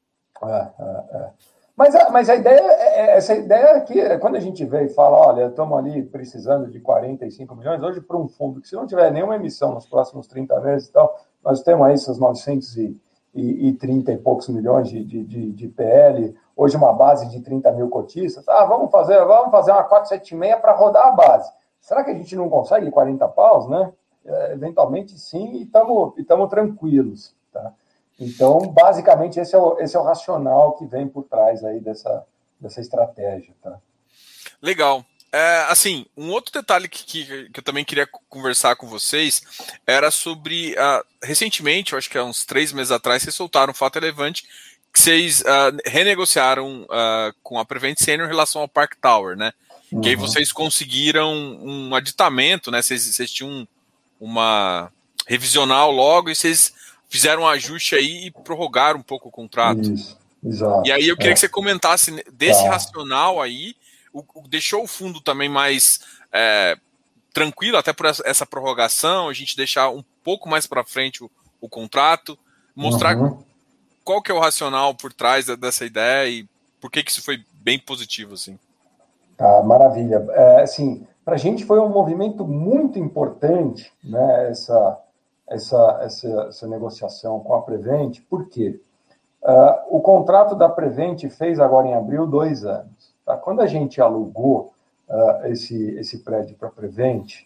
Mas a ideia, essa ideia é que quando a gente vê e fala, olha, estamos ali precisando de 45 milhões, hoje para um fundo que se não tiver nenhuma emissão nos próximos 30 meses e tal, nós temos aí esses 930 e poucos milhões de PL, hoje uma base de 30 mil cotistas, vamos fazer uma 476 para rodar a base. Será que a gente não consegue 40 paus, né? Eventualmente sim, e estamos tranquilos, tá? Então, basicamente, esse é o racional que vem por trás aí dessa estratégia. Tá? Legal. Assim, um outro detalhe que eu também queria conversar com vocês era sobre, recentemente, eu acho que há uns 3 meses atrás, vocês soltaram um fato relevante que vocês renegociaram com a Prevent Senior em relação ao Park Tower, né? Uhum. Que aí vocês conseguiram um aditamento, né? Vocês tinham uma revisional logo e vocês fizeram um ajuste aí e prorrogaram um pouco o contrato. Isso, exato. E aí eu queria que você comentasse desse racional aí, deixou o fundo também mais tranquilo, até por essa prorrogação, a gente deixar um pouco mais para frente o contrato, mostrar qual que é o racional por trás dessa ideia e por que isso foi bem positivo, assim. Maravilha. Assim, para a gente foi um movimento muito importante, né, essa negociação com a Prevent, por quê? O contrato da Prevent fez agora em abril 2 anos. Tá? Quando a gente alugou esse prédio para a Prevent,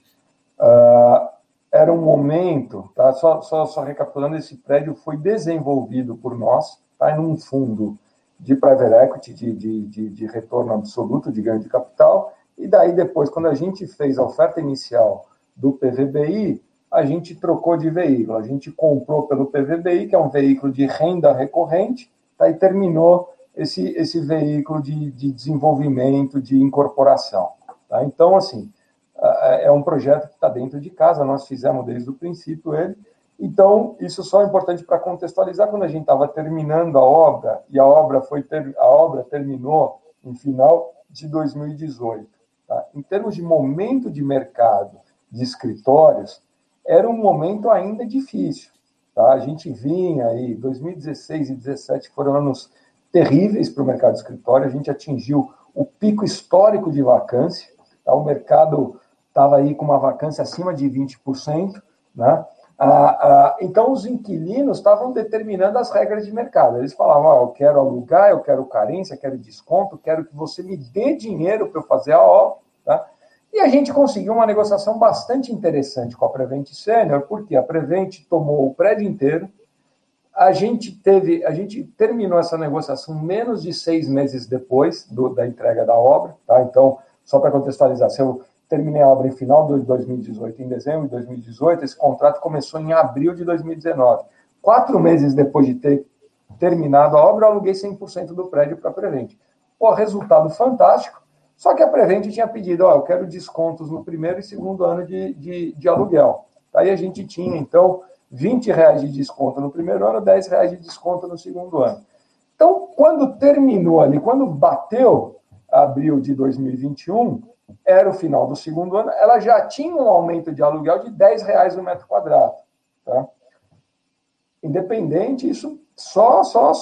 era um momento, tá? Só recapitulando, esse prédio foi desenvolvido por nós, tá? Num fundo de private equity, de retorno absoluto, de ganho de capital, e daí depois, quando a gente fez a oferta inicial do PVBI, a gente trocou de veículo, a gente comprou pelo PVBI, que é um veículo de renda recorrente, tá? E terminou esse veículo de desenvolvimento, de incorporação. Tá? Então, assim, é um projeto que está dentro de casa, nós fizemos desde o princípio ele. Então, isso só é importante para contextualizar, quando a gente estava terminando a obra, e a obra terminou em final de 2018. Tá? Em termos de momento de mercado de escritórios, era um momento ainda difícil. Tá? A gente vinha aí, 2016 e 2017 foram anos terríveis para o mercado de escritório, a gente atingiu o pico histórico de vacância, tá? O mercado estava aí com uma vacância acima de 20%, né? Então, os inquilinos estavam determinando as regras de mercado. Eles falavam, eu quero alugar, eu quero carência, quero desconto, quero que você me dê dinheiro para eu fazer a obra. Tá? E a gente conseguiu uma negociação bastante interessante com a Prevent Senior, porque a Prevent tomou o prédio inteiro, a gente terminou essa negociação menos de 6 meses depois da entrega da obra. Tá? Então, só para contextualizar, se eu terminei a obra em final de 2018, em dezembro de 2018, esse contrato começou em abril de 2019. 4 meses depois de ter terminado a obra, eu aluguei 100% do prédio para a Prevent. Resultado fantástico, só que a Prevent tinha pedido, eu quero descontos no primeiro e segundo ano de aluguel. Aí a gente tinha, então, R$20 de desconto no primeiro ano, R$10 de desconto no segundo ano. Então, quando terminou ali, quando bateu abril de 2021, era o final do segundo ano, ela já tinha um aumento de aluguel de R$10 no metro quadrado. Tá? Independente, isso só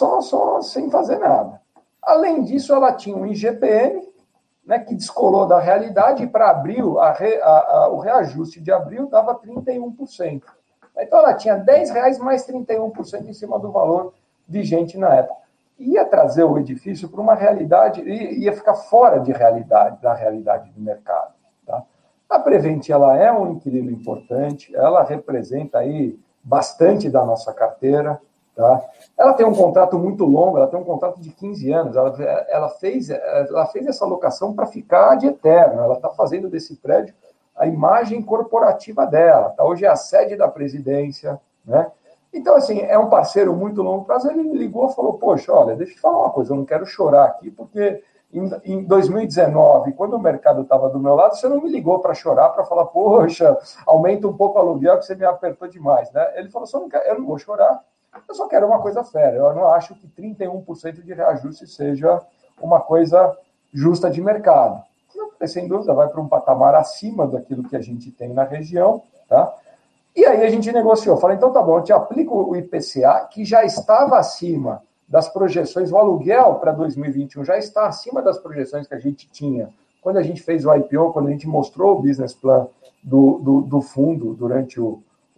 sem fazer nada. Além disso, ela tinha um IGPM, né, que descolou da realidade, e para abril, o reajuste de abril dava 31%. Então, ela tinha R$10 mais 31% em cima do valor vigente na época. ia trazer o edifício para uma realidade, ia ficar fora da realidade do mercado. Tá? A Prevent, ela é um inquilino importante, ela representa aí bastante da nossa carteira, tá? Ela tem um contrato muito longo, ela tem um contrato de 15 anos, ela fez essa locação para ficar de eterno, ela está fazendo desse prédio a imagem corporativa dela, tá? Hoje é a sede da presidência, né? Então, assim, é um parceiro muito longo prazo. Ele me ligou e falou, poxa, olha, deixa eu te falar uma coisa, eu não quero chorar aqui, porque em 2019, quando o mercado estava do meu lado, você não me ligou para chorar, para falar, poxa, aumenta um pouco o aluguel que você me apertou demais, né? Ele falou, eu não vou chorar, eu só quero uma coisa séria, eu não acho que 31% de reajuste seja uma coisa justa de mercado. Sem dúvida, vai para um patamar acima daquilo que a gente tem na região, tá? E aí a gente negociou. Falei, então tá bom, eu te aplico o IPCA, que já estava acima das projeções, o aluguel para 2021 já está acima das projeções que a gente tinha quando a gente fez o IPO, quando a gente mostrou o business plan do fundo durante o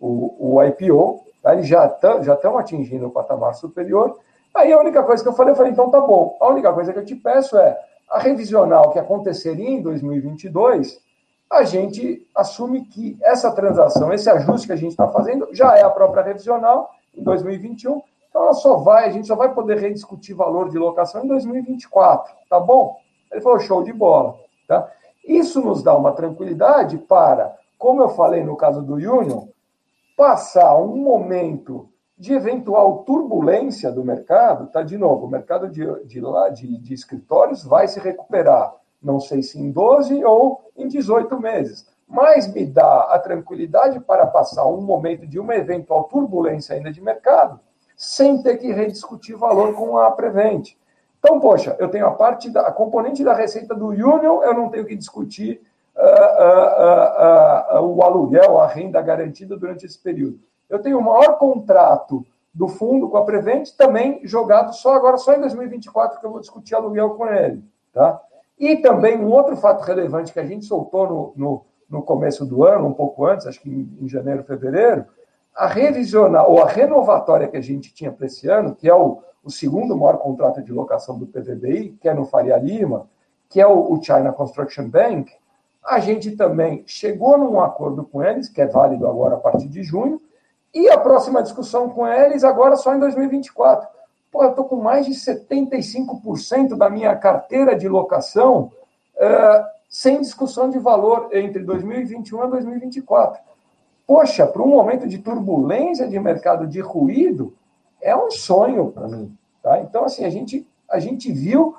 IPO, tá? Eles já estão atingindo o patamar superior. Aí a única coisa que eu falei, então tá bom, a única coisa que eu te peço é a revisional que aconteceria em 2022, a gente assume que essa transação, esse ajuste que a gente está fazendo, já é a própria revisional em 2021, então a gente só vai poder rediscutir valor de locação em 2024, tá bom? Ele falou, show de bola. Tá? Isso nos dá uma tranquilidade para, como eu falei no caso do Union, passar um momento de eventual turbulência do mercado, tá? De novo, o mercado de escritórios vai se recuperar, não sei se em 12 ou em 18 meses, mas me dá a tranquilidade para passar um momento de uma eventual turbulência ainda de mercado, sem ter que rediscutir valor com a Prevent. Então, poxa, eu tenho a componente da receita do Union, eu não tenho que discutir o aluguel, a renda garantida durante esse período. Eu tenho o maior contrato do fundo com a Prevent, também jogado só em 2024 que eu vou discutir aluguel com ele. Tá? E também um outro fato relevante que a gente soltou no começo do ano, um pouco antes, acho que em janeiro, fevereiro, a revisional, ou a renovatória que a gente tinha para esse ano, que é o segundo maior contrato de locação do PVBI, que é no Faria Lima, que é o China Construction Bank, a gente também chegou num acordo com eles, que é válido agora a partir de junho, e a próxima discussão com eles agora só em 2024. Pô, eu estou com mais de 75% da minha carteira de locação sem discussão de valor entre 2021 e 2024. Poxa, para um momento de turbulência de mercado, de ruído, é um sonho para mim. Tá? Então, assim, a gente viu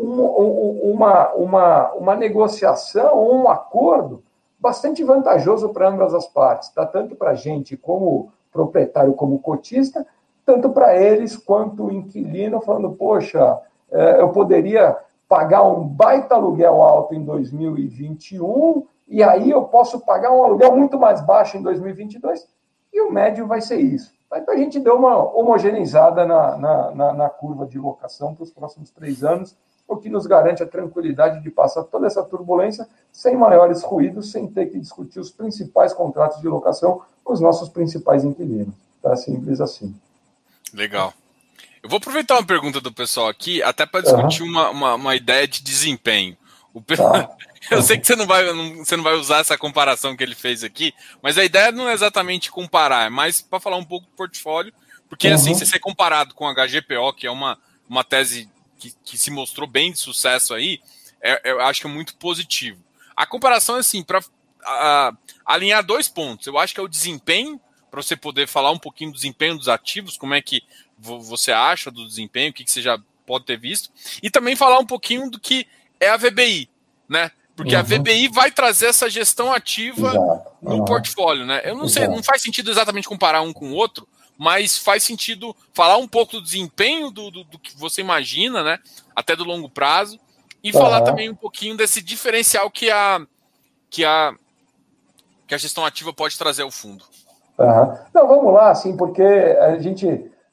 uma negociação, um acordo bastante vantajoso para ambas as partes, tá? Tanto para a gente como proprietário, como cotista, tanto para eles quanto inquilino, falando, poxa, eu poderia pagar um baita aluguel alto em 2021 e aí eu posso pagar um aluguel muito mais baixo em 2022 e o médio vai ser isso. Então a gente deu uma homogeneizada na curva de locação para os próximos 3 anos, o que nos garante a tranquilidade de passar toda essa turbulência sem maiores ruídos, sem ter que discutir os principais contratos de locação com os nossos principais inquilinos. Tá simples assim. Legal. Eu vou aproveitar uma pergunta do pessoal aqui, até para discutir uma ideia de desempenho. Eu sei que você não vai usar essa comparação que ele fez aqui, mas a ideia não é exatamente comparar, é mais para falar um pouco do portfólio, porque assim, se ser comparado com a HGPO, que é uma tese que se mostrou bem de sucesso aí, eu acho que é muito positivo. A comparação é assim, para alinhar 2 pontos. Eu acho que é o desempenho, para você poder falar um pouquinho do desempenho dos ativos, como é que você acha do desempenho, o que você já pode ter visto, e também falar um pouquinho do que é a VBI, né? Porque a VBI vai trazer essa gestão ativa no portfólio, né? Eu não sei, não faz sentido exatamente comparar um com o outro, mas faz sentido falar um pouco do desempenho do que você imagina, né? Até do longo prazo, e falar também um pouquinho desse diferencial que a gestão ativa pode trazer ao fundo. Não, vamos lá, assim, porque a gente...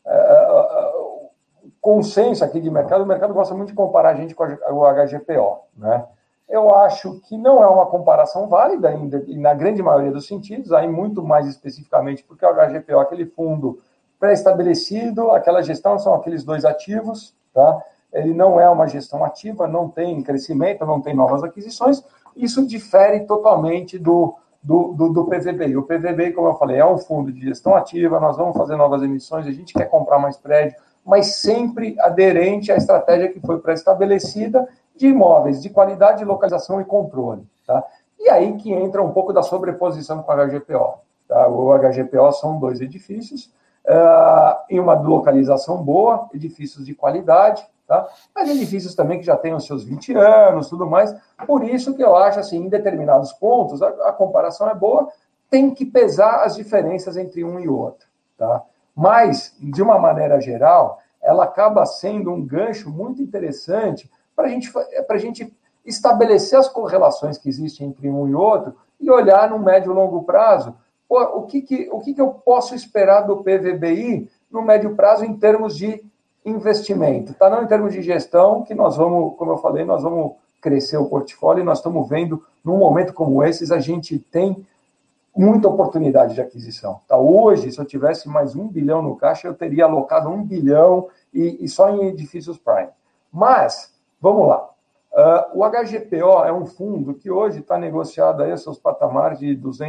consenso aqui de mercado, o mercado gosta muito de comparar a gente com o HGPO, né? Eu acho que não é uma comparação válida ainda, na grande maioria dos sentidos, aí muito mais especificamente porque o HGPO é aquele fundo pré-estabelecido, aquela gestão são aqueles 2 ativos, tá? Ele não é uma gestão ativa, não tem crescimento, não tem novas aquisições, isso difere totalmente do PVBI. O PVBI, como eu falei, é um fundo de gestão ativa, nós vamos fazer novas emissões, a gente quer comprar mais prédio, mas sempre aderente à estratégia que foi pré-estabelecida de imóveis, de qualidade, localização e controle. Tá? E aí que entra um pouco da sobreposição com o HGPO. Tá? O HGPO são 2 edifícios, em uma localização boa, edifícios de qualidade, tá? Mas edifícios também que já têm os seus 20 anos, tudo mais. Por isso que eu acho, assim, em determinados pontos, a comparação é boa, tem que pesar as diferenças entre um e outro, tá? Mas, de uma maneira geral, ela acaba sendo um gancho muito interessante para a gente estabelecer as correlações que existem entre um e outro e olhar no médio e longo prazo o que eu posso esperar do PVBI no médio prazo em termos de investimento, tá? Não em termos de gestão, que nós vamos, como eu falei, nós vamos crescer o portfólio e nós estamos vendo, num momento como esses, a gente tem muita oportunidade de aquisição. Tá? Hoje, se eu tivesse mais 1 bilhão no caixa, eu teria alocado 1 bilhão e só em edifícios Prime. Mas, vamos lá. O HGPO é um fundo que hoje está negociado aí a seus patamares de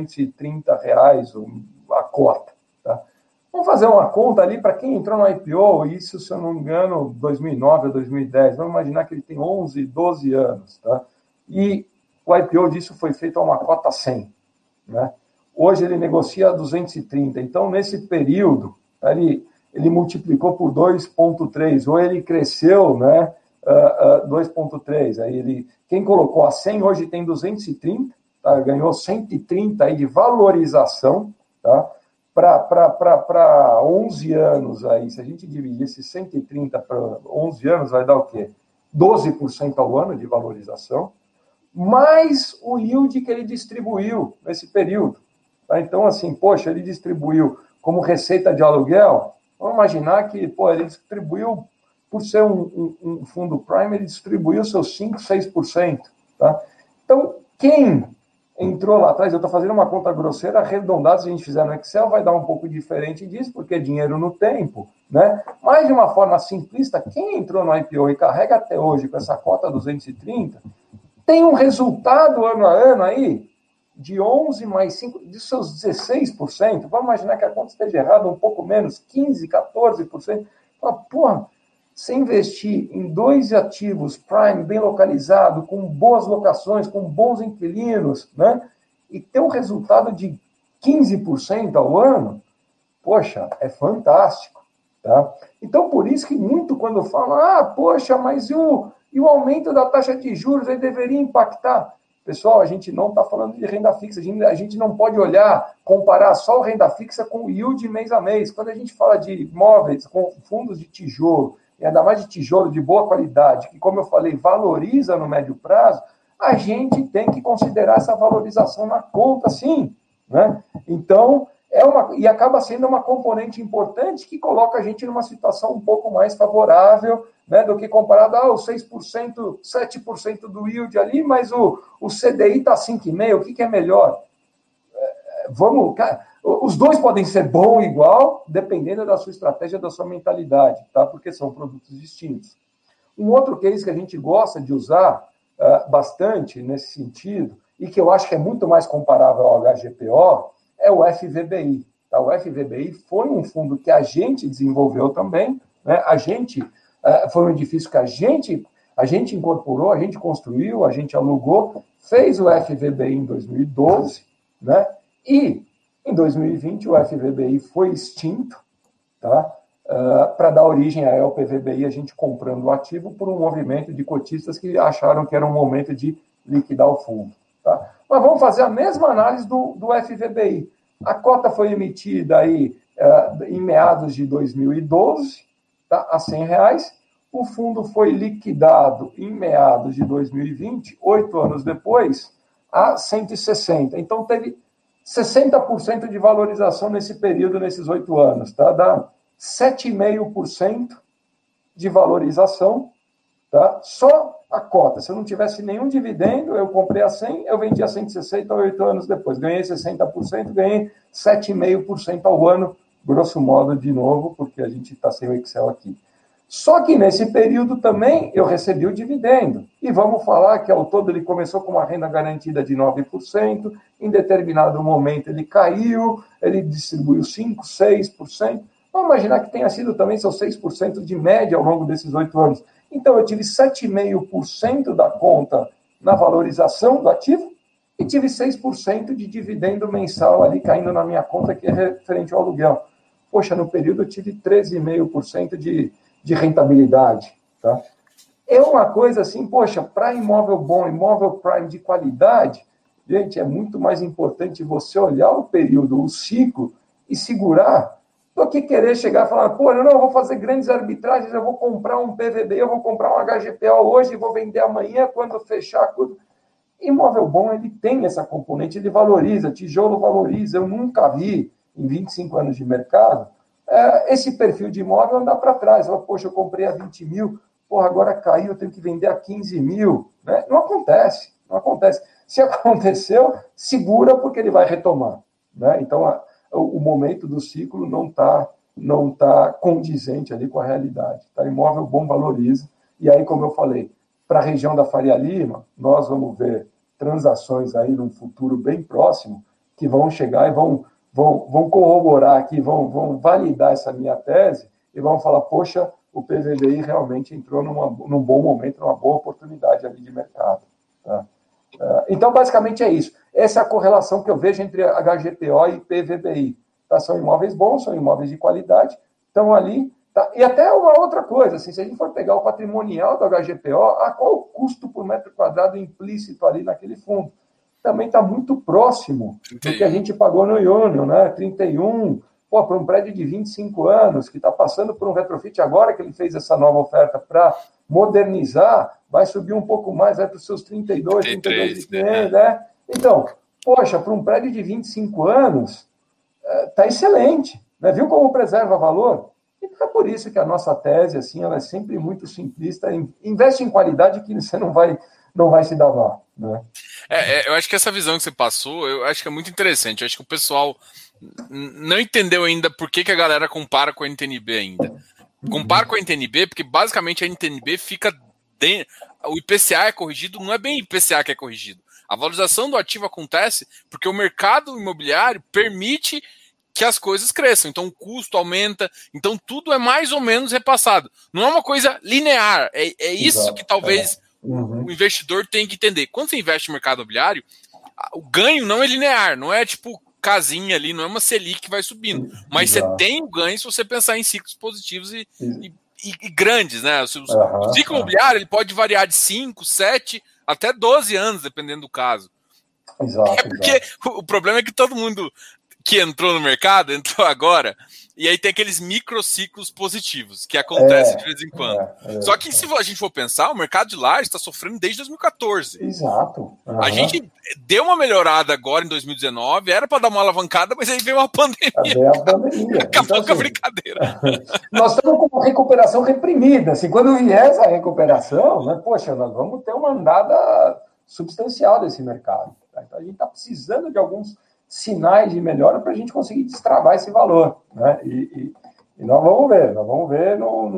R$230 a cota. Tá? Vamos fazer uma conta ali para quem entrou no IPO, isso, se eu não me engano, 2009 ou 2010. Vamos imaginar que ele tem 11, 12 anos. Tá? E o IPO disso foi feito a uma cota 100. Né? Hoje ele negocia a 230. Então, nesse período, ele multiplicou por 2,3, ou ele cresceu, né? 2,3. Aí quem colocou a 100 hoje tem 230, tá? Ganhou 130 aí de valorização, tá? Para 11 anos aí, se a gente dividir esses 130 para 11 anos, vai dar o quê? 12% ao ano de valorização, mais o yield que ele distribuiu nesse período. Tá? Então, assim, poxa, ele distribuiu como receita de aluguel, vamos imaginar que, ele distribuiu, por ser um fundo Prime, ele distribuiu seus 5%, 6%. Tá? Então, quem entrou lá atrás, eu estou fazendo uma conta grosseira, arredondada, se a gente fizer no Excel, vai dar um pouco diferente disso, porque é dinheiro no tempo, né? Mas, de uma forma simplista, quem entrou no IPO e carrega até hoje com essa cota 230, tem um resultado ano a ano aí de 11 mais 5, de seus 16%. Vamos imaginar que a conta esteja errada, um pouco menos, 15, 14%. Porra, se investir em 2 ativos Prime, bem localizado, com boas locações, com bons inquilinos, né? E ter um resultado de 15% ao ano, poxa, é fantástico. Tá? Então, por isso que muito quando falam, poxa, mas e o aumento da taxa de juros aí deveria impactar? Pessoal, a gente não está falando de renda fixa, a gente não pode comparar só renda fixa com o yield mês a mês. Quando a gente fala de imóveis com fundos de tijolo, e ainda mais de tijolo de boa qualidade, que, como eu falei, valoriza no médio prazo, a gente tem que considerar essa valorização na conta, sim. Né? Então, e acaba sendo uma componente importante que coloca a gente numa situação um pouco mais favorável, né, do que comparado aos 6%, 7% do yield ali, mas o CDI está 5,5%, o que é melhor? Os dois podem ser bom igual, dependendo da sua estratégia, da sua mentalidade, tá? Porque são produtos distintos. Um outro case que a gente gosta de usar bastante nesse sentido, e que eu acho que é muito mais comparável ao HGPO, é o FVBI. Tá? O FVBI foi um fundo que a gente desenvolveu também, né? Foi um edifício que a gente incorporou, a gente construiu, a gente alugou, fez o FVBI em 2012, né? E em 2020 o FVBI foi extinto, tá? Para dar origem ao PVBI, a gente comprando o ativo por um movimento de cotistas que acharam que era um momento de liquidar o fundo. Tá? Mas vamos fazer a mesma análise do FVBI. A cota foi emitida aí, em meados de 2012, tá? A R$100. O fundo foi liquidado em meados de 2020, 8 anos depois, a 160. Então, teve 60% de valorização nesse período, nesses 8 anos. Tá? Dá 7,5% de valorização, tá? Só a cota. Se eu não tivesse nenhum dividendo, eu comprei a 100, eu vendi a 160 8 anos depois. Ganhei 60%, ganhei 7,5% ao ano, grosso modo, de novo, porque a gente está sem o Excel aqui. Só que nesse período também eu recebi o dividendo. E vamos falar que ao todo ele começou com uma renda garantida de 9%, em determinado momento ele caiu, ele distribuiu 5%, 6%. Vamos imaginar que tenha sido também seus 6% de média ao longo desses 8 anos. Então eu tive 7,5% da conta na valorização do ativo e tive 6% de dividendo mensal ali caindo na minha conta, que é referente ao aluguel. Poxa, no período eu tive 13,5% de rentabilidade, tá? É uma coisa assim, poxa, para imóvel bom, imóvel prime de qualidade, gente, é muito mais importante você olhar o período, o ciclo e segurar, do que querer chegar e falar, pô, eu vou fazer grandes arbitragens, eu vou comprar um PVB, eu vou comprar um HGPO hoje e vou vender amanhã quando fechar a curva. Imóvel bom, ele tem essa componente, ele valoriza, tijolo valoriza, eu nunca vi, em 25 anos de mercado, esse perfil de imóvel andar para trás. Poxa, eu comprei a 20 mil, porra, agora caiu, eu tenho que vender a 15 mil. Né? Não acontece, não acontece. Se aconteceu, segura porque ele vai retomar. Né? Então, o momento do ciclo não tá condizente ali com a realidade. Tá? Imóvel bom valoriza. E aí, como eu falei, para a região da Faria Lima, nós vamos ver transações aí num futuro bem próximo que vão chegar e vão corroborar aqui, vão validar essa minha tese e vão falar, poxa, o PVBI realmente entrou num bom momento, numa boa oportunidade ali de mercado. Tá? Então, basicamente é isso. Essa é a correlação que eu vejo entre HGPO e PVBI. Tá? São imóveis bons, são imóveis de qualidade, estão ali. Tá? E até uma outra coisa, assim, se a gente for pegar o patrimonial do HGPO, qual o custo por metro quadrado implícito ali naquele fundo? Também está muito próximo 31. Do que a gente pagou no Union, né? 31, para um prédio de 25 anos, que está passando por um retrofit agora que ele fez essa nova oferta para modernizar, vai subir um pouco mais, vai para os seus 32, 32,500, né? Então, poxa, para um prédio de 25 anos, está excelente, né? Viu como preserva valor? Então é por isso que a nossa tese, assim, ela é sempre muito simplista, investe em qualidade que você não vai se dar mal, né? Eu acho que essa visão que você passou, eu acho que é muito interessante. Eu acho que o pessoal não entendeu ainda por que a galera compara com a NTNB ainda. Compara com a NTNB porque basicamente a NTNB fica dentro. O IPCA é corrigido, não é bem o IPCA que é corrigido. A valorização do ativo acontece porque o mercado imobiliário permite que as coisas cresçam. Então o custo aumenta, então tudo é mais ou menos repassado. Não é uma coisa linear. É isso que talvez o investidor tem que entender. Quando você investe no mercado imobiliário, o ganho não é linear, não é tipo casinha ali, não é uma Selic que vai subindo. Mas você tem o ganho se você pensar em ciclos positivos e grandes, né? O ciclo imobiliário ele pode variar de 5, 7 até 12 anos, dependendo do caso. Exato, porque o problema é que todo mundo que entrou no mercado, entrou agora, e aí tem aqueles microciclos positivos que acontecem de vez em quando. Só que se a gente for pensar, o mercado de lajes está sofrendo desde 2014. Exato. A gente deu uma melhorada agora em 2019, era para dar uma alavancada, mas aí veio uma pandemia. Acabou então, com a brincadeira. Nós estamos com uma recuperação reprimida. Assim, quando vier essa recuperação, né, poxa, nós vamos ter uma andada substancial desse mercado. Tá? Então a gente está precisando de alguns sinais de melhora para a gente conseguir destravar esse valor, né? E nós vamos ver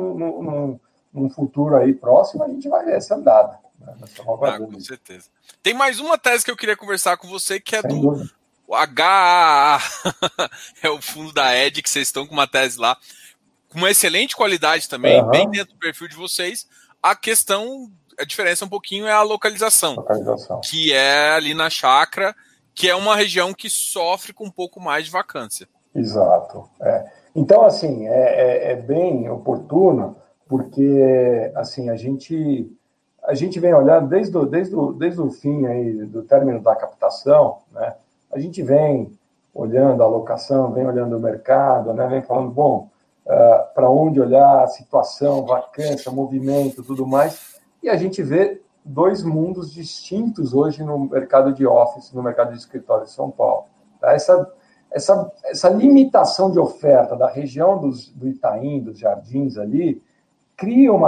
num futuro aí próximo, a gente vai ver essa andada. Né? Com certeza. Tem mais uma tese que eu queria conversar com você, que é o HAA. É o fundo da ED, que vocês estão com uma tese lá, com uma excelente qualidade também, bem dentro do perfil de vocês. A diferença um pouquinho é a localização. Que é ali na chácara, que é uma região que sofre com um pouco mais de vacância. Exato. Então, assim, é bem oportuno, porque assim, a gente vem olhando desde o fim aí, do término da captação, né? A gente vem olhando a alocação, vem olhando o mercado, né? Vem falando, bom, para onde olhar, a situação, vacância, movimento, tudo mais, e a gente vê dois mundos distintos hoje no mercado de office, no mercado de escritório de São Paulo. Tá? Essa limitação de oferta da região do Itaim, dos Jardins ali, cria uma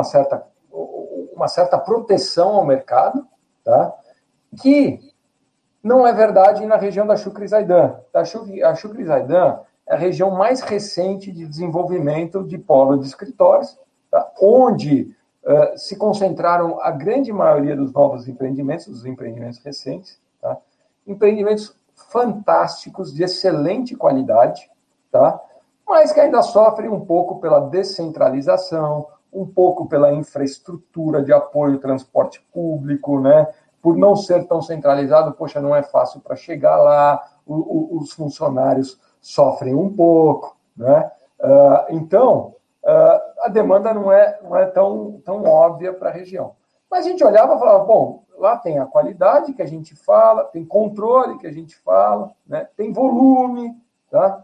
certa proteção ao mercado, tá? Que não é verdade na região da Chucre Zaidan. A Chucre Zaidan é a região mais recente de desenvolvimento de polo de escritórios, tá? tá? Onde se concentraram a grande maioria dos novos empreendimentos, dos empreendimentos recentes, tá? Empreendimentos fantásticos, de excelente qualidade, tá? Mas que ainda sofrem um pouco pela descentralização, um pouco pela infraestrutura de apoio ao transporte público, né? Por não ser tão centralizado, poxa, não é fácil para chegar lá, os funcionários sofrem um pouco, né? Então, a demanda não é tão óbvia para a região. Mas a gente olhava e falava, bom, lá tem a qualidade que a gente fala, tem controle que a gente fala, né? Tem volume, tá?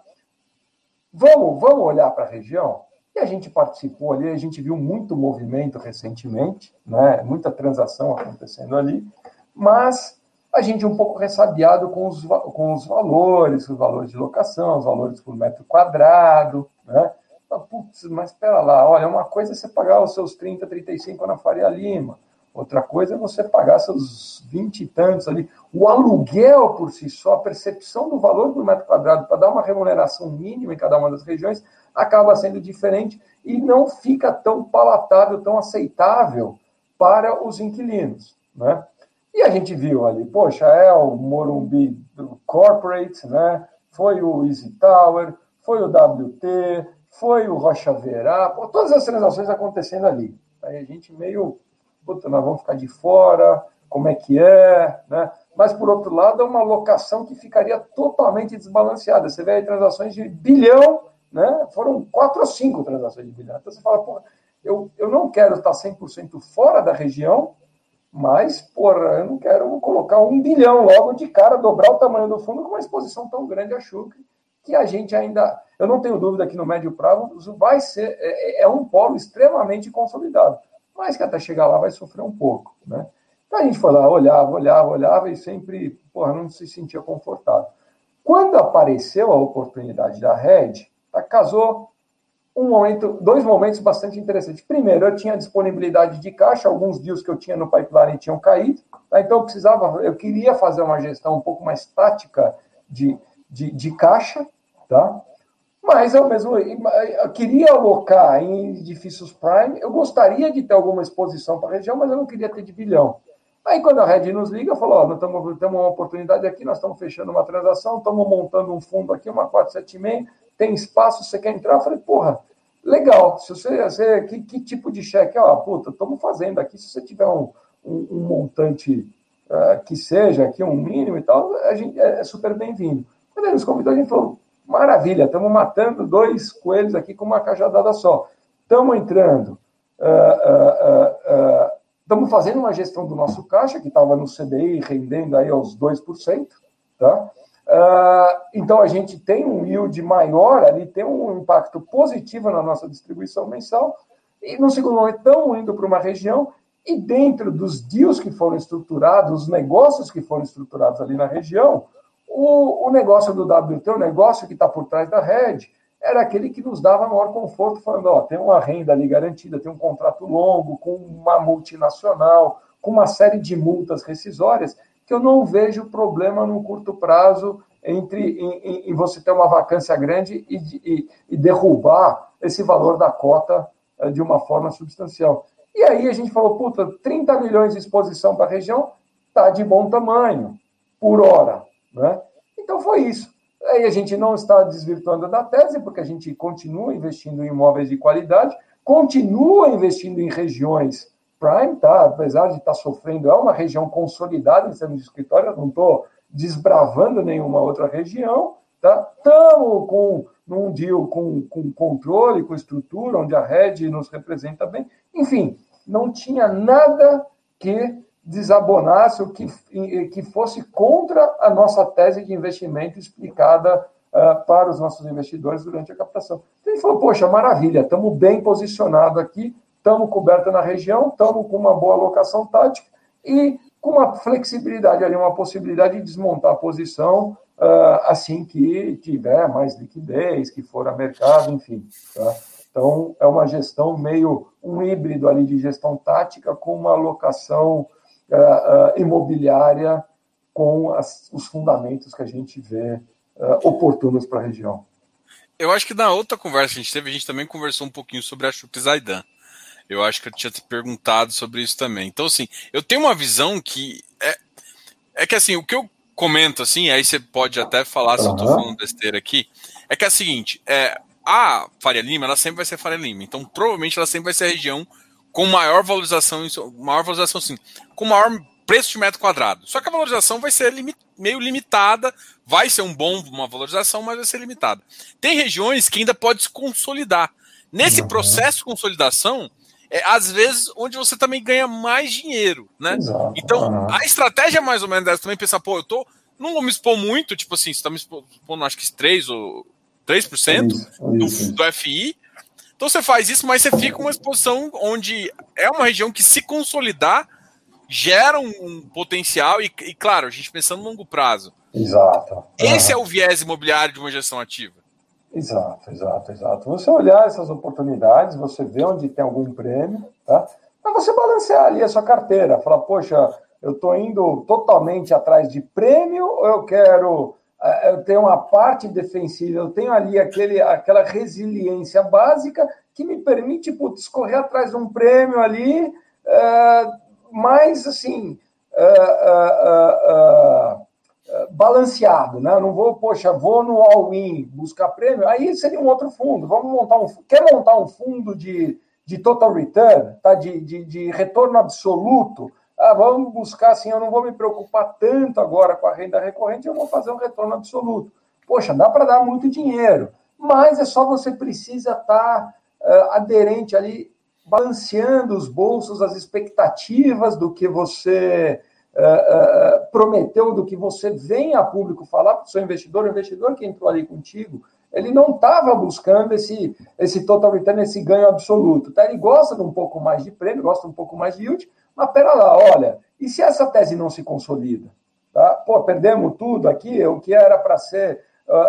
Vamos olhar para a região? E a gente participou ali, a gente viu muito movimento recentemente, né? Muita transação acontecendo ali, mas a gente um pouco ressabiado com os valores de locação, os valores por metro quadrado, né? Putz, mas espera lá, olha, uma coisa é você pagar os seus 30, 35 na Faria Lima, outra coisa é você pagar seus 20 e tantos ali. O aluguel por si só, a percepção do valor por metro quadrado para dar uma remuneração mínima em cada uma das regiões acaba sendo diferente e não fica tão palatável, tão aceitável para os inquilinos, né? E a gente viu ali, poxa, é o Morumbi Corporate, né? Foi o Easy Tower, foi o WT, foi o Rocha Verá, todas as transações acontecendo ali. Aí a gente meio, puta, nós vamos ficar de fora, como é que é, né? Mas, por outro lado, é uma locação que ficaria totalmente desbalanceada. Você vê aí transações de bilhão, né? Foram 4 ou 5 transações de bilhão. Então você fala, porra, eu não quero estar 100% fora da região, mas, porra, eu não quero colocar 1 bilhão logo de cara, dobrar o tamanho do fundo com uma exposição tão grande a Chucre, que a gente ainda, eu não tenho dúvida que no médio prazo vai ser, um polo extremamente consolidado, mas que até chegar lá vai sofrer um pouco, né? Então a gente foi lá, olhava e sempre, porra, não se sentia confortável. Quando apareceu a oportunidade da Red, casou dois momentos bastante interessantes. Primeiro, eu tinha disponibilidade de caixa, alguns deals que eu tinha no pipeline tinham caído, tá? Então eu queria fazer uma gestão um pouco mais tática de caixa, tá? Mas eu queria alocar em edifícios prime, eu gostaria de ter alguma exposição para a região, mas eu não queria ter de bilhão. Aí quando a Red nos liga, falou, ó, nós temos uma oportunidade aqui, nós estamos fechando uma transação, estamos montando um fundo aqui, uma 476, tem espaço, você quer entrar? Eu falei, porra, legal, se você que tipo de cheque? Puta, estamos fazendo aqui, se você tiver um montante que seja aqui, um mínimo e tal, a gente é super bem-vindo. Quando ele nos convidou, a gente falou, maravilha, estamos matando 2 coelhos aqui com uma cajadada só. Estamos entrando, estamos fazendo uma gestão do nosso caixa, que estava no CDI rendendo aí aos 2%, tá? Então a gente tem um yield maior ali, tem um impacto positivo na nossa distribuição mensal, e no segundo momento estamos indo para uma região, e dentro dos deals que foram estruturados, os negócios que foram estruturados ali na região, o negócio do WT, o negócio que está por trás da Red, era aquele que nos dava maior conforto, falando, ó, tem uma renda ali garantida, tem um contrato longo, com uma multinacional, com uma série de multas rescisórias, que eu não vejo problema no curto prazo em você ter uma vacância grande e derrubar esse valor da cota de uma forma substancial. E aí a gente falou, puta, 30 milhões de exposição para a região está de bom tamanho, por hora, né? Então foi isso. Aí a gente não está desvirtuando da tese, porque a gente continua investindo em imóveis de qualidade, continua investindo em regiões prime, tá? Apesar de estar sofrendo, é uma região consolidada em termos de escritório, eu não estou desbravando nenhuma outra região, tá? Estamos num deal com controle, com estrutura, onde a Red nos representa bem. Enfim, não tinha nada que desabonasse ou que fosse contra a nossa tese de investimento explicada para os nossos investidores durante a captação. Então, ele falou, poxa, maravilha, estamos bem posicionados aqui, estamos cobertos na região, estamos com uma boa alocação tática e com uma flexibilidade ali, uma possibilidade de desmontar a posição assim que tiver mais liquidez, que for a mercado, enfim. Tá? Então, é uma gestão meio um híbrido ali de gestão tática com uma alocação imobiliária com os fundamentos que a gente vê oportunos para a região. Eu acho que na outra conversa que a gente teve, a gente também conversou um pouquinho sobre a Chucre Zaidan. Eu acho que eu tinha te perguntado sobre isso também. Então, assim, eu tenho uma visão que é que, assim, o que eu comento, assim, aí você pode até falar se eu estou falando besteira aqui, é que é a seguinte, a Faria Lima, ela sempre vai ser Faria Lima, então provavelmente ela sempre vai ser a região com maior valorização sim, com maior preço de metro quadrado. Só que a valorização vai ser meio limitada, vai ser uma valorização, mas vai ser limitada. Tem regiões que ainda pode se consolidar. Nesse processo de consolidação, às vezes onde você também ganha mais dinheiro, né? Exato. Então, a estratégia é mais ou menos dessa, também pensar, pô, não vou me expor muito, tipo assim, você tá me expondo, acho que 3% do FI. Então você faz isso, mas você fica uma exposição onde é uma região que, se consolidar, gera um potencial e, claro, a gente pensando no longo prazo. Exato. Esse é o viés imobiliário de uma gestão ativa. Exato. Você olhar essas oportunidades, você vê onde tem algum prêmio, tá? Mas você balancear ali a sua carteira, falar, poxa, eu estou indo totalmente atrás de prêmio, ou eu tenho uma parte defensiva, eu tenho ali aquela resiliência básica que me permite correr atrás de um prêmio ali, mais assim, balanceado, né? Eu não vou, vou no all-in buscar prêmio, aí seria um outro fundo. Quer montar um fundo de total return, tá? de retorno absoluto? Vamos buscar assim, eu não vou me preocupar tanto agora com a renda recorrente, eu vou fazer um retorno absoluto. Poxa, dá para dar muito dinheiro, mas é só você precisa estar aderente ali, balanceando os bolsos, as expectativas do que você prometeu, do que você vem a público falar para o seu investidor. O investidor que entrou ali contigo, ele não estava buscando esse total return, esse ganho absoluto. Tá? Ele gosta de um pouco mais de prêmio, gosta um pouco mais de yield, mas pera lá, olha, e se essa tese não se consolida? Tá? Pô, perdemos tudo aqui, o que era para ser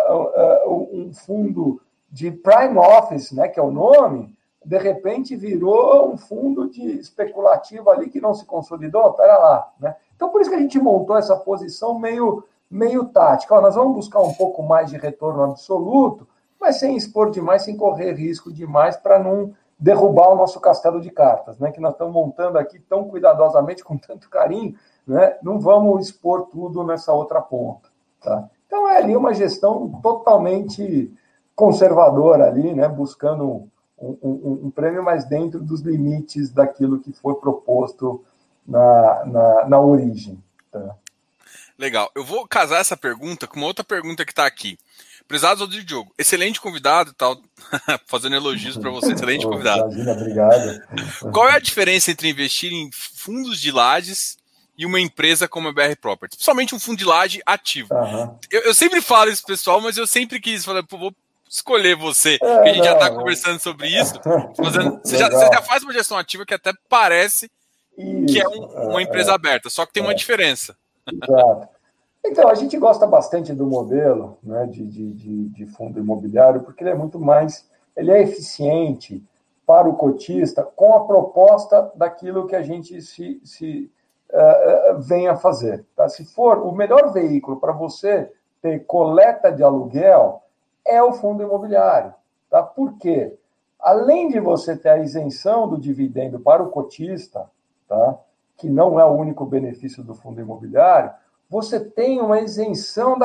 um fundo de prime office, né, que é o nome, de repente virou um fundo de especulativo ali que não se consolidou, pera lá, né? Então, por isso que a gente montou essa posição meio tática. Nós vamos buscar um pouco mais de retorno absoluto, mas sem expor demais, sem correr risco demais, para não derrubar o nosso castelo de cartas, né, que nós estamos montando aqui tão cuidadosamente, com tanto carinho, né? Não vamos expor tudo nessa outra ponta. Tá? Então, é ali uma gestão totalmente conservadora ali, né, buscando um prêmio, mas dentro dos limites daquilo que foi proposto na origem. Tá? Legal. Eu vou casar essa pergunta com uma outra pergunta que está aqui. Prezado Rodrigo Diogo, excelente convidado e tal, fazendo elogios para você, excelente convidado. Imagina, obrigado. Qual é a diferença entre investir em fundos de lajes e uma empresa como a BR Properties? Principalmente um fundo de laje ativo. Uhum. Eu sempre falo isso, pessoal, mas eu sempre quis falar, vou escolher você, que a gente já está conversando sobre isso. Você já faz uma gestão ativa que até parece que é uma empresa aberta, só que tem uma diferença. Exato. Então, a gente gosta bastante do modelo, né, de fundo imobiliário, porque ele é muito mais, ele é eficiente para o cotista com a proposta daquilo que a gente vem a fazer. Tá? Se for o melhor veículo para você ter coleta de aluguel, é o fundo imobiliário. Tá? Por quê? Além de você ter a isenção do dividendo para o cotista, tá? Que não é o único benefício do fundo imobiliário, você tem uma isenção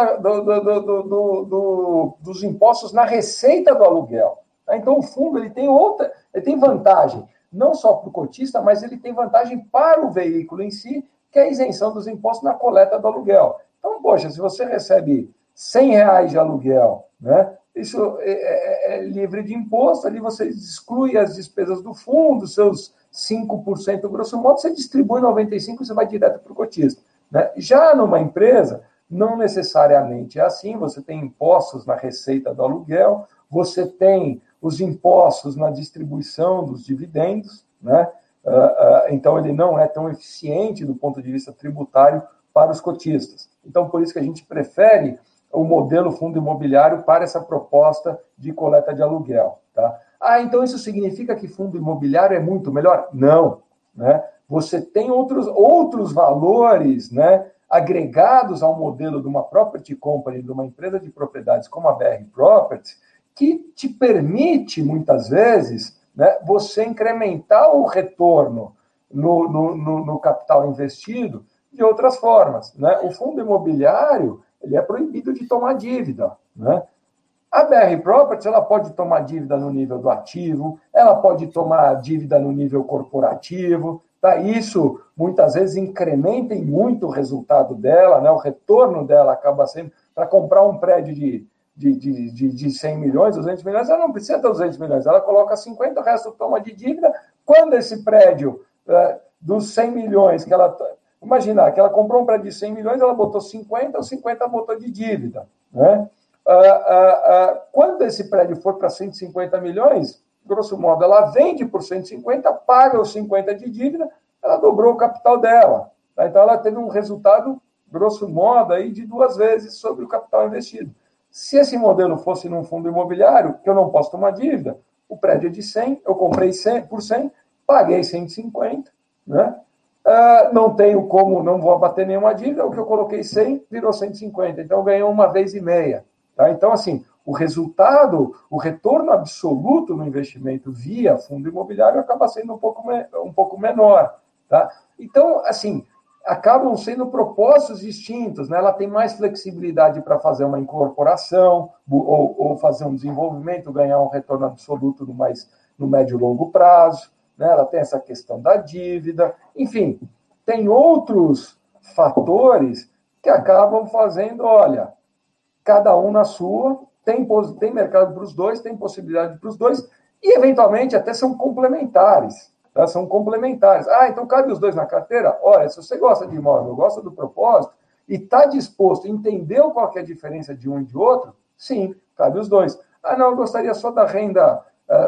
dos impostos na receita do aluguel. Tá? Então, o fundo ele tem vantagem, não só para o cotista, mas ele tem vantagem para o veículo em si, que é a isenção dos impostos na coleta do aluguel. Então, poxa, se você recebe R$100 de aluguel, né, isso é livre de imposto, ali você exclui as despesas do fundo, seus 5%, grosso modo, você distribui 95% e você vai direto para o cotista. Né? Já numa empresa, não necessariamente é assim, você tem impostos na receita do aluguel, você tem os impostos na distribuição dos dividendos, né? Então ele não é tão eficiente do ponto de vista tributário para os cotistas. Então, por isso que a gente prefere o modelo fundo imobiliário para essa proposta de coleta de aluguel. Tá? Então isso significa que fundo imobiliário é muito melhor? Não. Né? Você tem outros valores, né, agregados ao modelo de uma property company, de uma empresa de propriedades como a BR Properties, que te permite, muitas vezes, né, você incrementar o retorno no capital investido de outras formas, né? O fundo imobiliário, ele é proibido de tomar dívida, né? A BR Properties, ela pode tomar dívida no nível do ativo, ela pode tomar dívida no nível corporativo, tá? Isso, muitas vezes, incrementa em muito o resultado dela, né? O retorno dela acaba sendo, para comprar um prédio de 100 milhões, 200 milhões, ela não precisa ter 200 milhões, ela coloca 50, o resto toma de dívida. Quando esse prédio, dos 100 milhões que ela... Imaginar que ela comprou um prédio de 100 milhões, ela botou 50, os 50 botou de dívida, né? Quando esse prédio for para 150 milhões, grosso modo, ela vende por 150, paga os 50 de dívida, ela dobrou o capital dela. Tá? Então, ela teve um resultado, grosso modo, aí, de 2 vezes sobre o capital investido. Se esse modelo fosse num fundo imobiliário, que eu não posso tomar dívida, o prédio é de 100, eu comprei 100 por 100, paguei 150, né? Não tenho como, não vou abater nenhuma dívida, o que eu coloquei 100 virou 150, então eu ganhei 1,5 vezes. Tá? Então, assim, o resultado, o retorno absoluto no investimento via fundo imobiliário acaba sendo um pouco menor. Tá? Então, assim, acabam sendo propósitos distintos, né? Ela tem mais flexibilidade para fazer uma incorporação ou fazer um desenvolvimento, ganhar um retorno absoluto no médio e longo prazo, né? Ela tem essa questão da dívida, enfim, tem outros fatores que acabam fazendo, olha, cada um na sua, tem mercado para os dois, tem possibilidade para os dois, e eventualmente até são complementares. Tá? São complementares. Então cabe os dois na carteira? Olha, se você gosta de imóvel, gosta do propósito, e está disposto, entendeu qual que é a diferença de um e de outro, sim, cabe os dois. Não, eu gostaria só da renda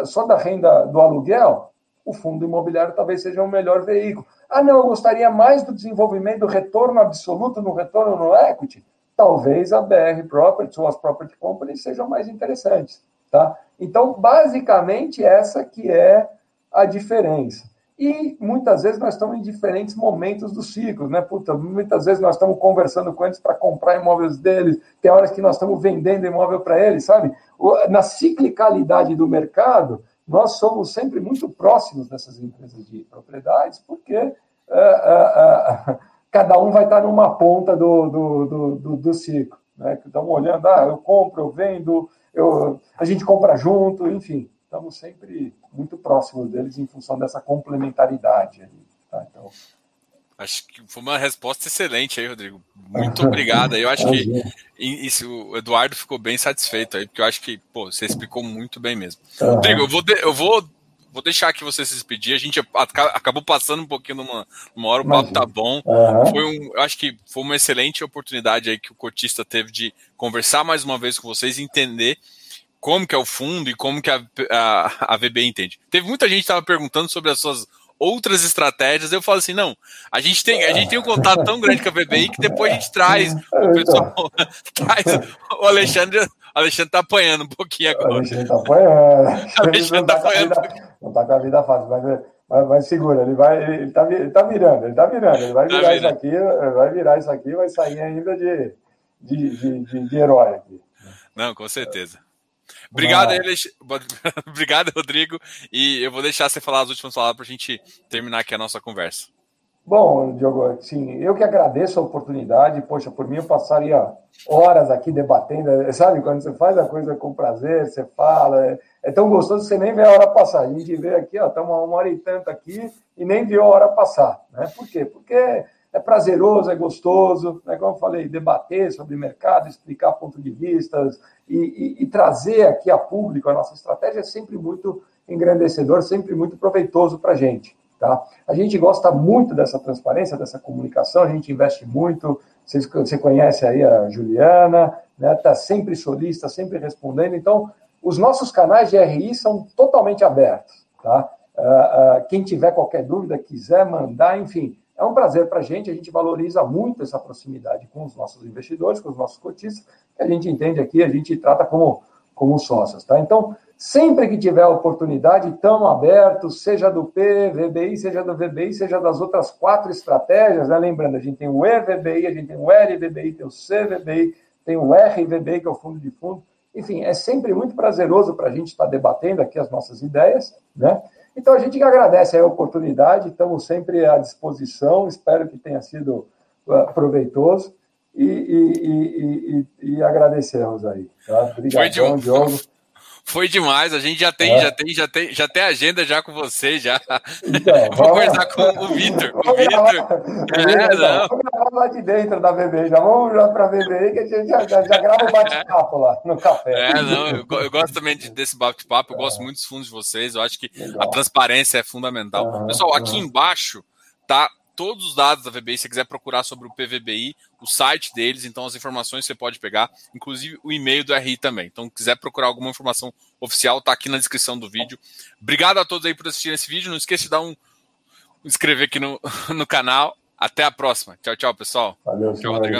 do aluguel, o fundo imobiliário talvez seja o melhor veículo. Não, eu gostaria mais do desenvolvimento, do retorno absoluto no retorno no equity, talvez a BR Properties ou as Property Companies sejam mais interessantes. Tá? Então, basicamente, essa que é a diferença. E, muitas vezes, nós estamos em diferentes momentos do ciclo. Né? Muitas vezes, nós estamos conversando com eles para comprar imóveis deles, tem horas que nós estamos vendendo imóvel para eles, sabe? Na ciclicalidade do mercado, nós somos sempre muito próximos dessas empresas de propriedades, porque... cada um vai estar numa ponta do ciclo. Né? Estamos olhando, eu compro, eu vendo, a gente compra junto, enfim, estamos sempre muito próximos deles em função dessa complementaridade. Tá? Então... Acho que foi uma resposta excelente aí, Rodrigo. Muito obrigado. Eu acho que o Eduardo ficou bem satisfeito aí, porque eu acho que você explicou muito bem mesmo. Rodrigo, eu vou deixar aqui você se despedir. A gente acabou passando um pouquinho numa hora, o papo tá bom. Eu acho que foi uma excelente oportunidade aí que o cotista teve de conversar mais uma vez com vocês e entender como que é o fundo e como que a VBI entende. Teve muita gente que estava perguntando sobre as suas outras estratégias. Eu falo assim, não, a gente tem um contato tão grande com a VBI que depois a gente traz o pessoal, o Alexandre tá apanhando um pouquinho agora. O Alexandre tá apanhando. Não está com a vida fácil, mas segura, ele tá virando, ele vai virar isso aqui, vai sair ainda de herói aqui. Não, com certeza. Obrigado, Rodrigo, e eu vou deixar você falar as últimas palavras para a gente terminar aqui a nossa conversa. Bom, Diogo, sim, eu que agradeço a oportunidade. Poxa, por mim eu passaria horas aqui debatendo, sabe? Quando você faz a coisa com prazer, você fala, é tão gostoso que você nem vê a hora passar. A gente vê aqui, estamos 1h e tanto aqui e nem viu a hora passar, né? Por quê? Porque é prazeroso, é gostoso, né? Como eu falei, debater sobre mercado, explicar pontos de vista e trazer aqui a público a nossa estratégia é sempre muito engrandecedor, sempre muito proveitoso para a gente. Tá? A gente gosta muito dessa transparência, dessa comunicação, a gente investe muito, você conhece aí a Juliana, né? Tá sempre solista, sempre respondendo, então os nossos canais de RI são totalmente abertos. Tá? Quem tiver qualquer dúvida, quiser mandar, enfim, é um prazer para a gente valoriza muito essa proximidade com os nossos investidores, com os nossos cotistas, que a gente entende aqui, a gente trata como sócios. Tá? Então, sempre que tiver oportunidade, estamos abertos, seja do PVBI, seja do VBI, seja das outras 4 estratégias, né? Lembrando, a gente tem o EVBI, a gente tem o LVBI, tem o CVBI, tem o RVBI, que é o fundo de fundo, Enfim, é sempre muito prazeroso para a gente estar debatendo aqui as nossas ideias, né? Então, a gente que agradece a oportunidade, estamos sempre à disposição, espero que tenha sido proveitoso e agradecemos aí. Tá? Obrigadão, Diogo. Foi demais, a gente já tem agenda já com você, já. Então, vou conversar com o Vitor. Vamos gravar lá de dentro da VBI, já vamos já para a VBI que a gente já grava o bate-papo lá no café. Eu gosto também desse bate-papo, eu gosto muito dos fundos de vocês, eu acho que a transparência é fundamental. Pessoal, aqui embaixo tá todos os dados da VBI, se você quiser procurar sobre o PVBI, o site deles, então as informações você pode pegar, inclusive o e-mail do RI também. Então, se quiser procurar alguma informação oficial, tá aqui na descrição do vídeo. Obrigado a todos aí por assistirem esse vídeo. Não esqueça de dar um inscrever aqui no canal. Até a próxima. Tchau, tchau, pessoal. Valeu, tchau, Rodrigo.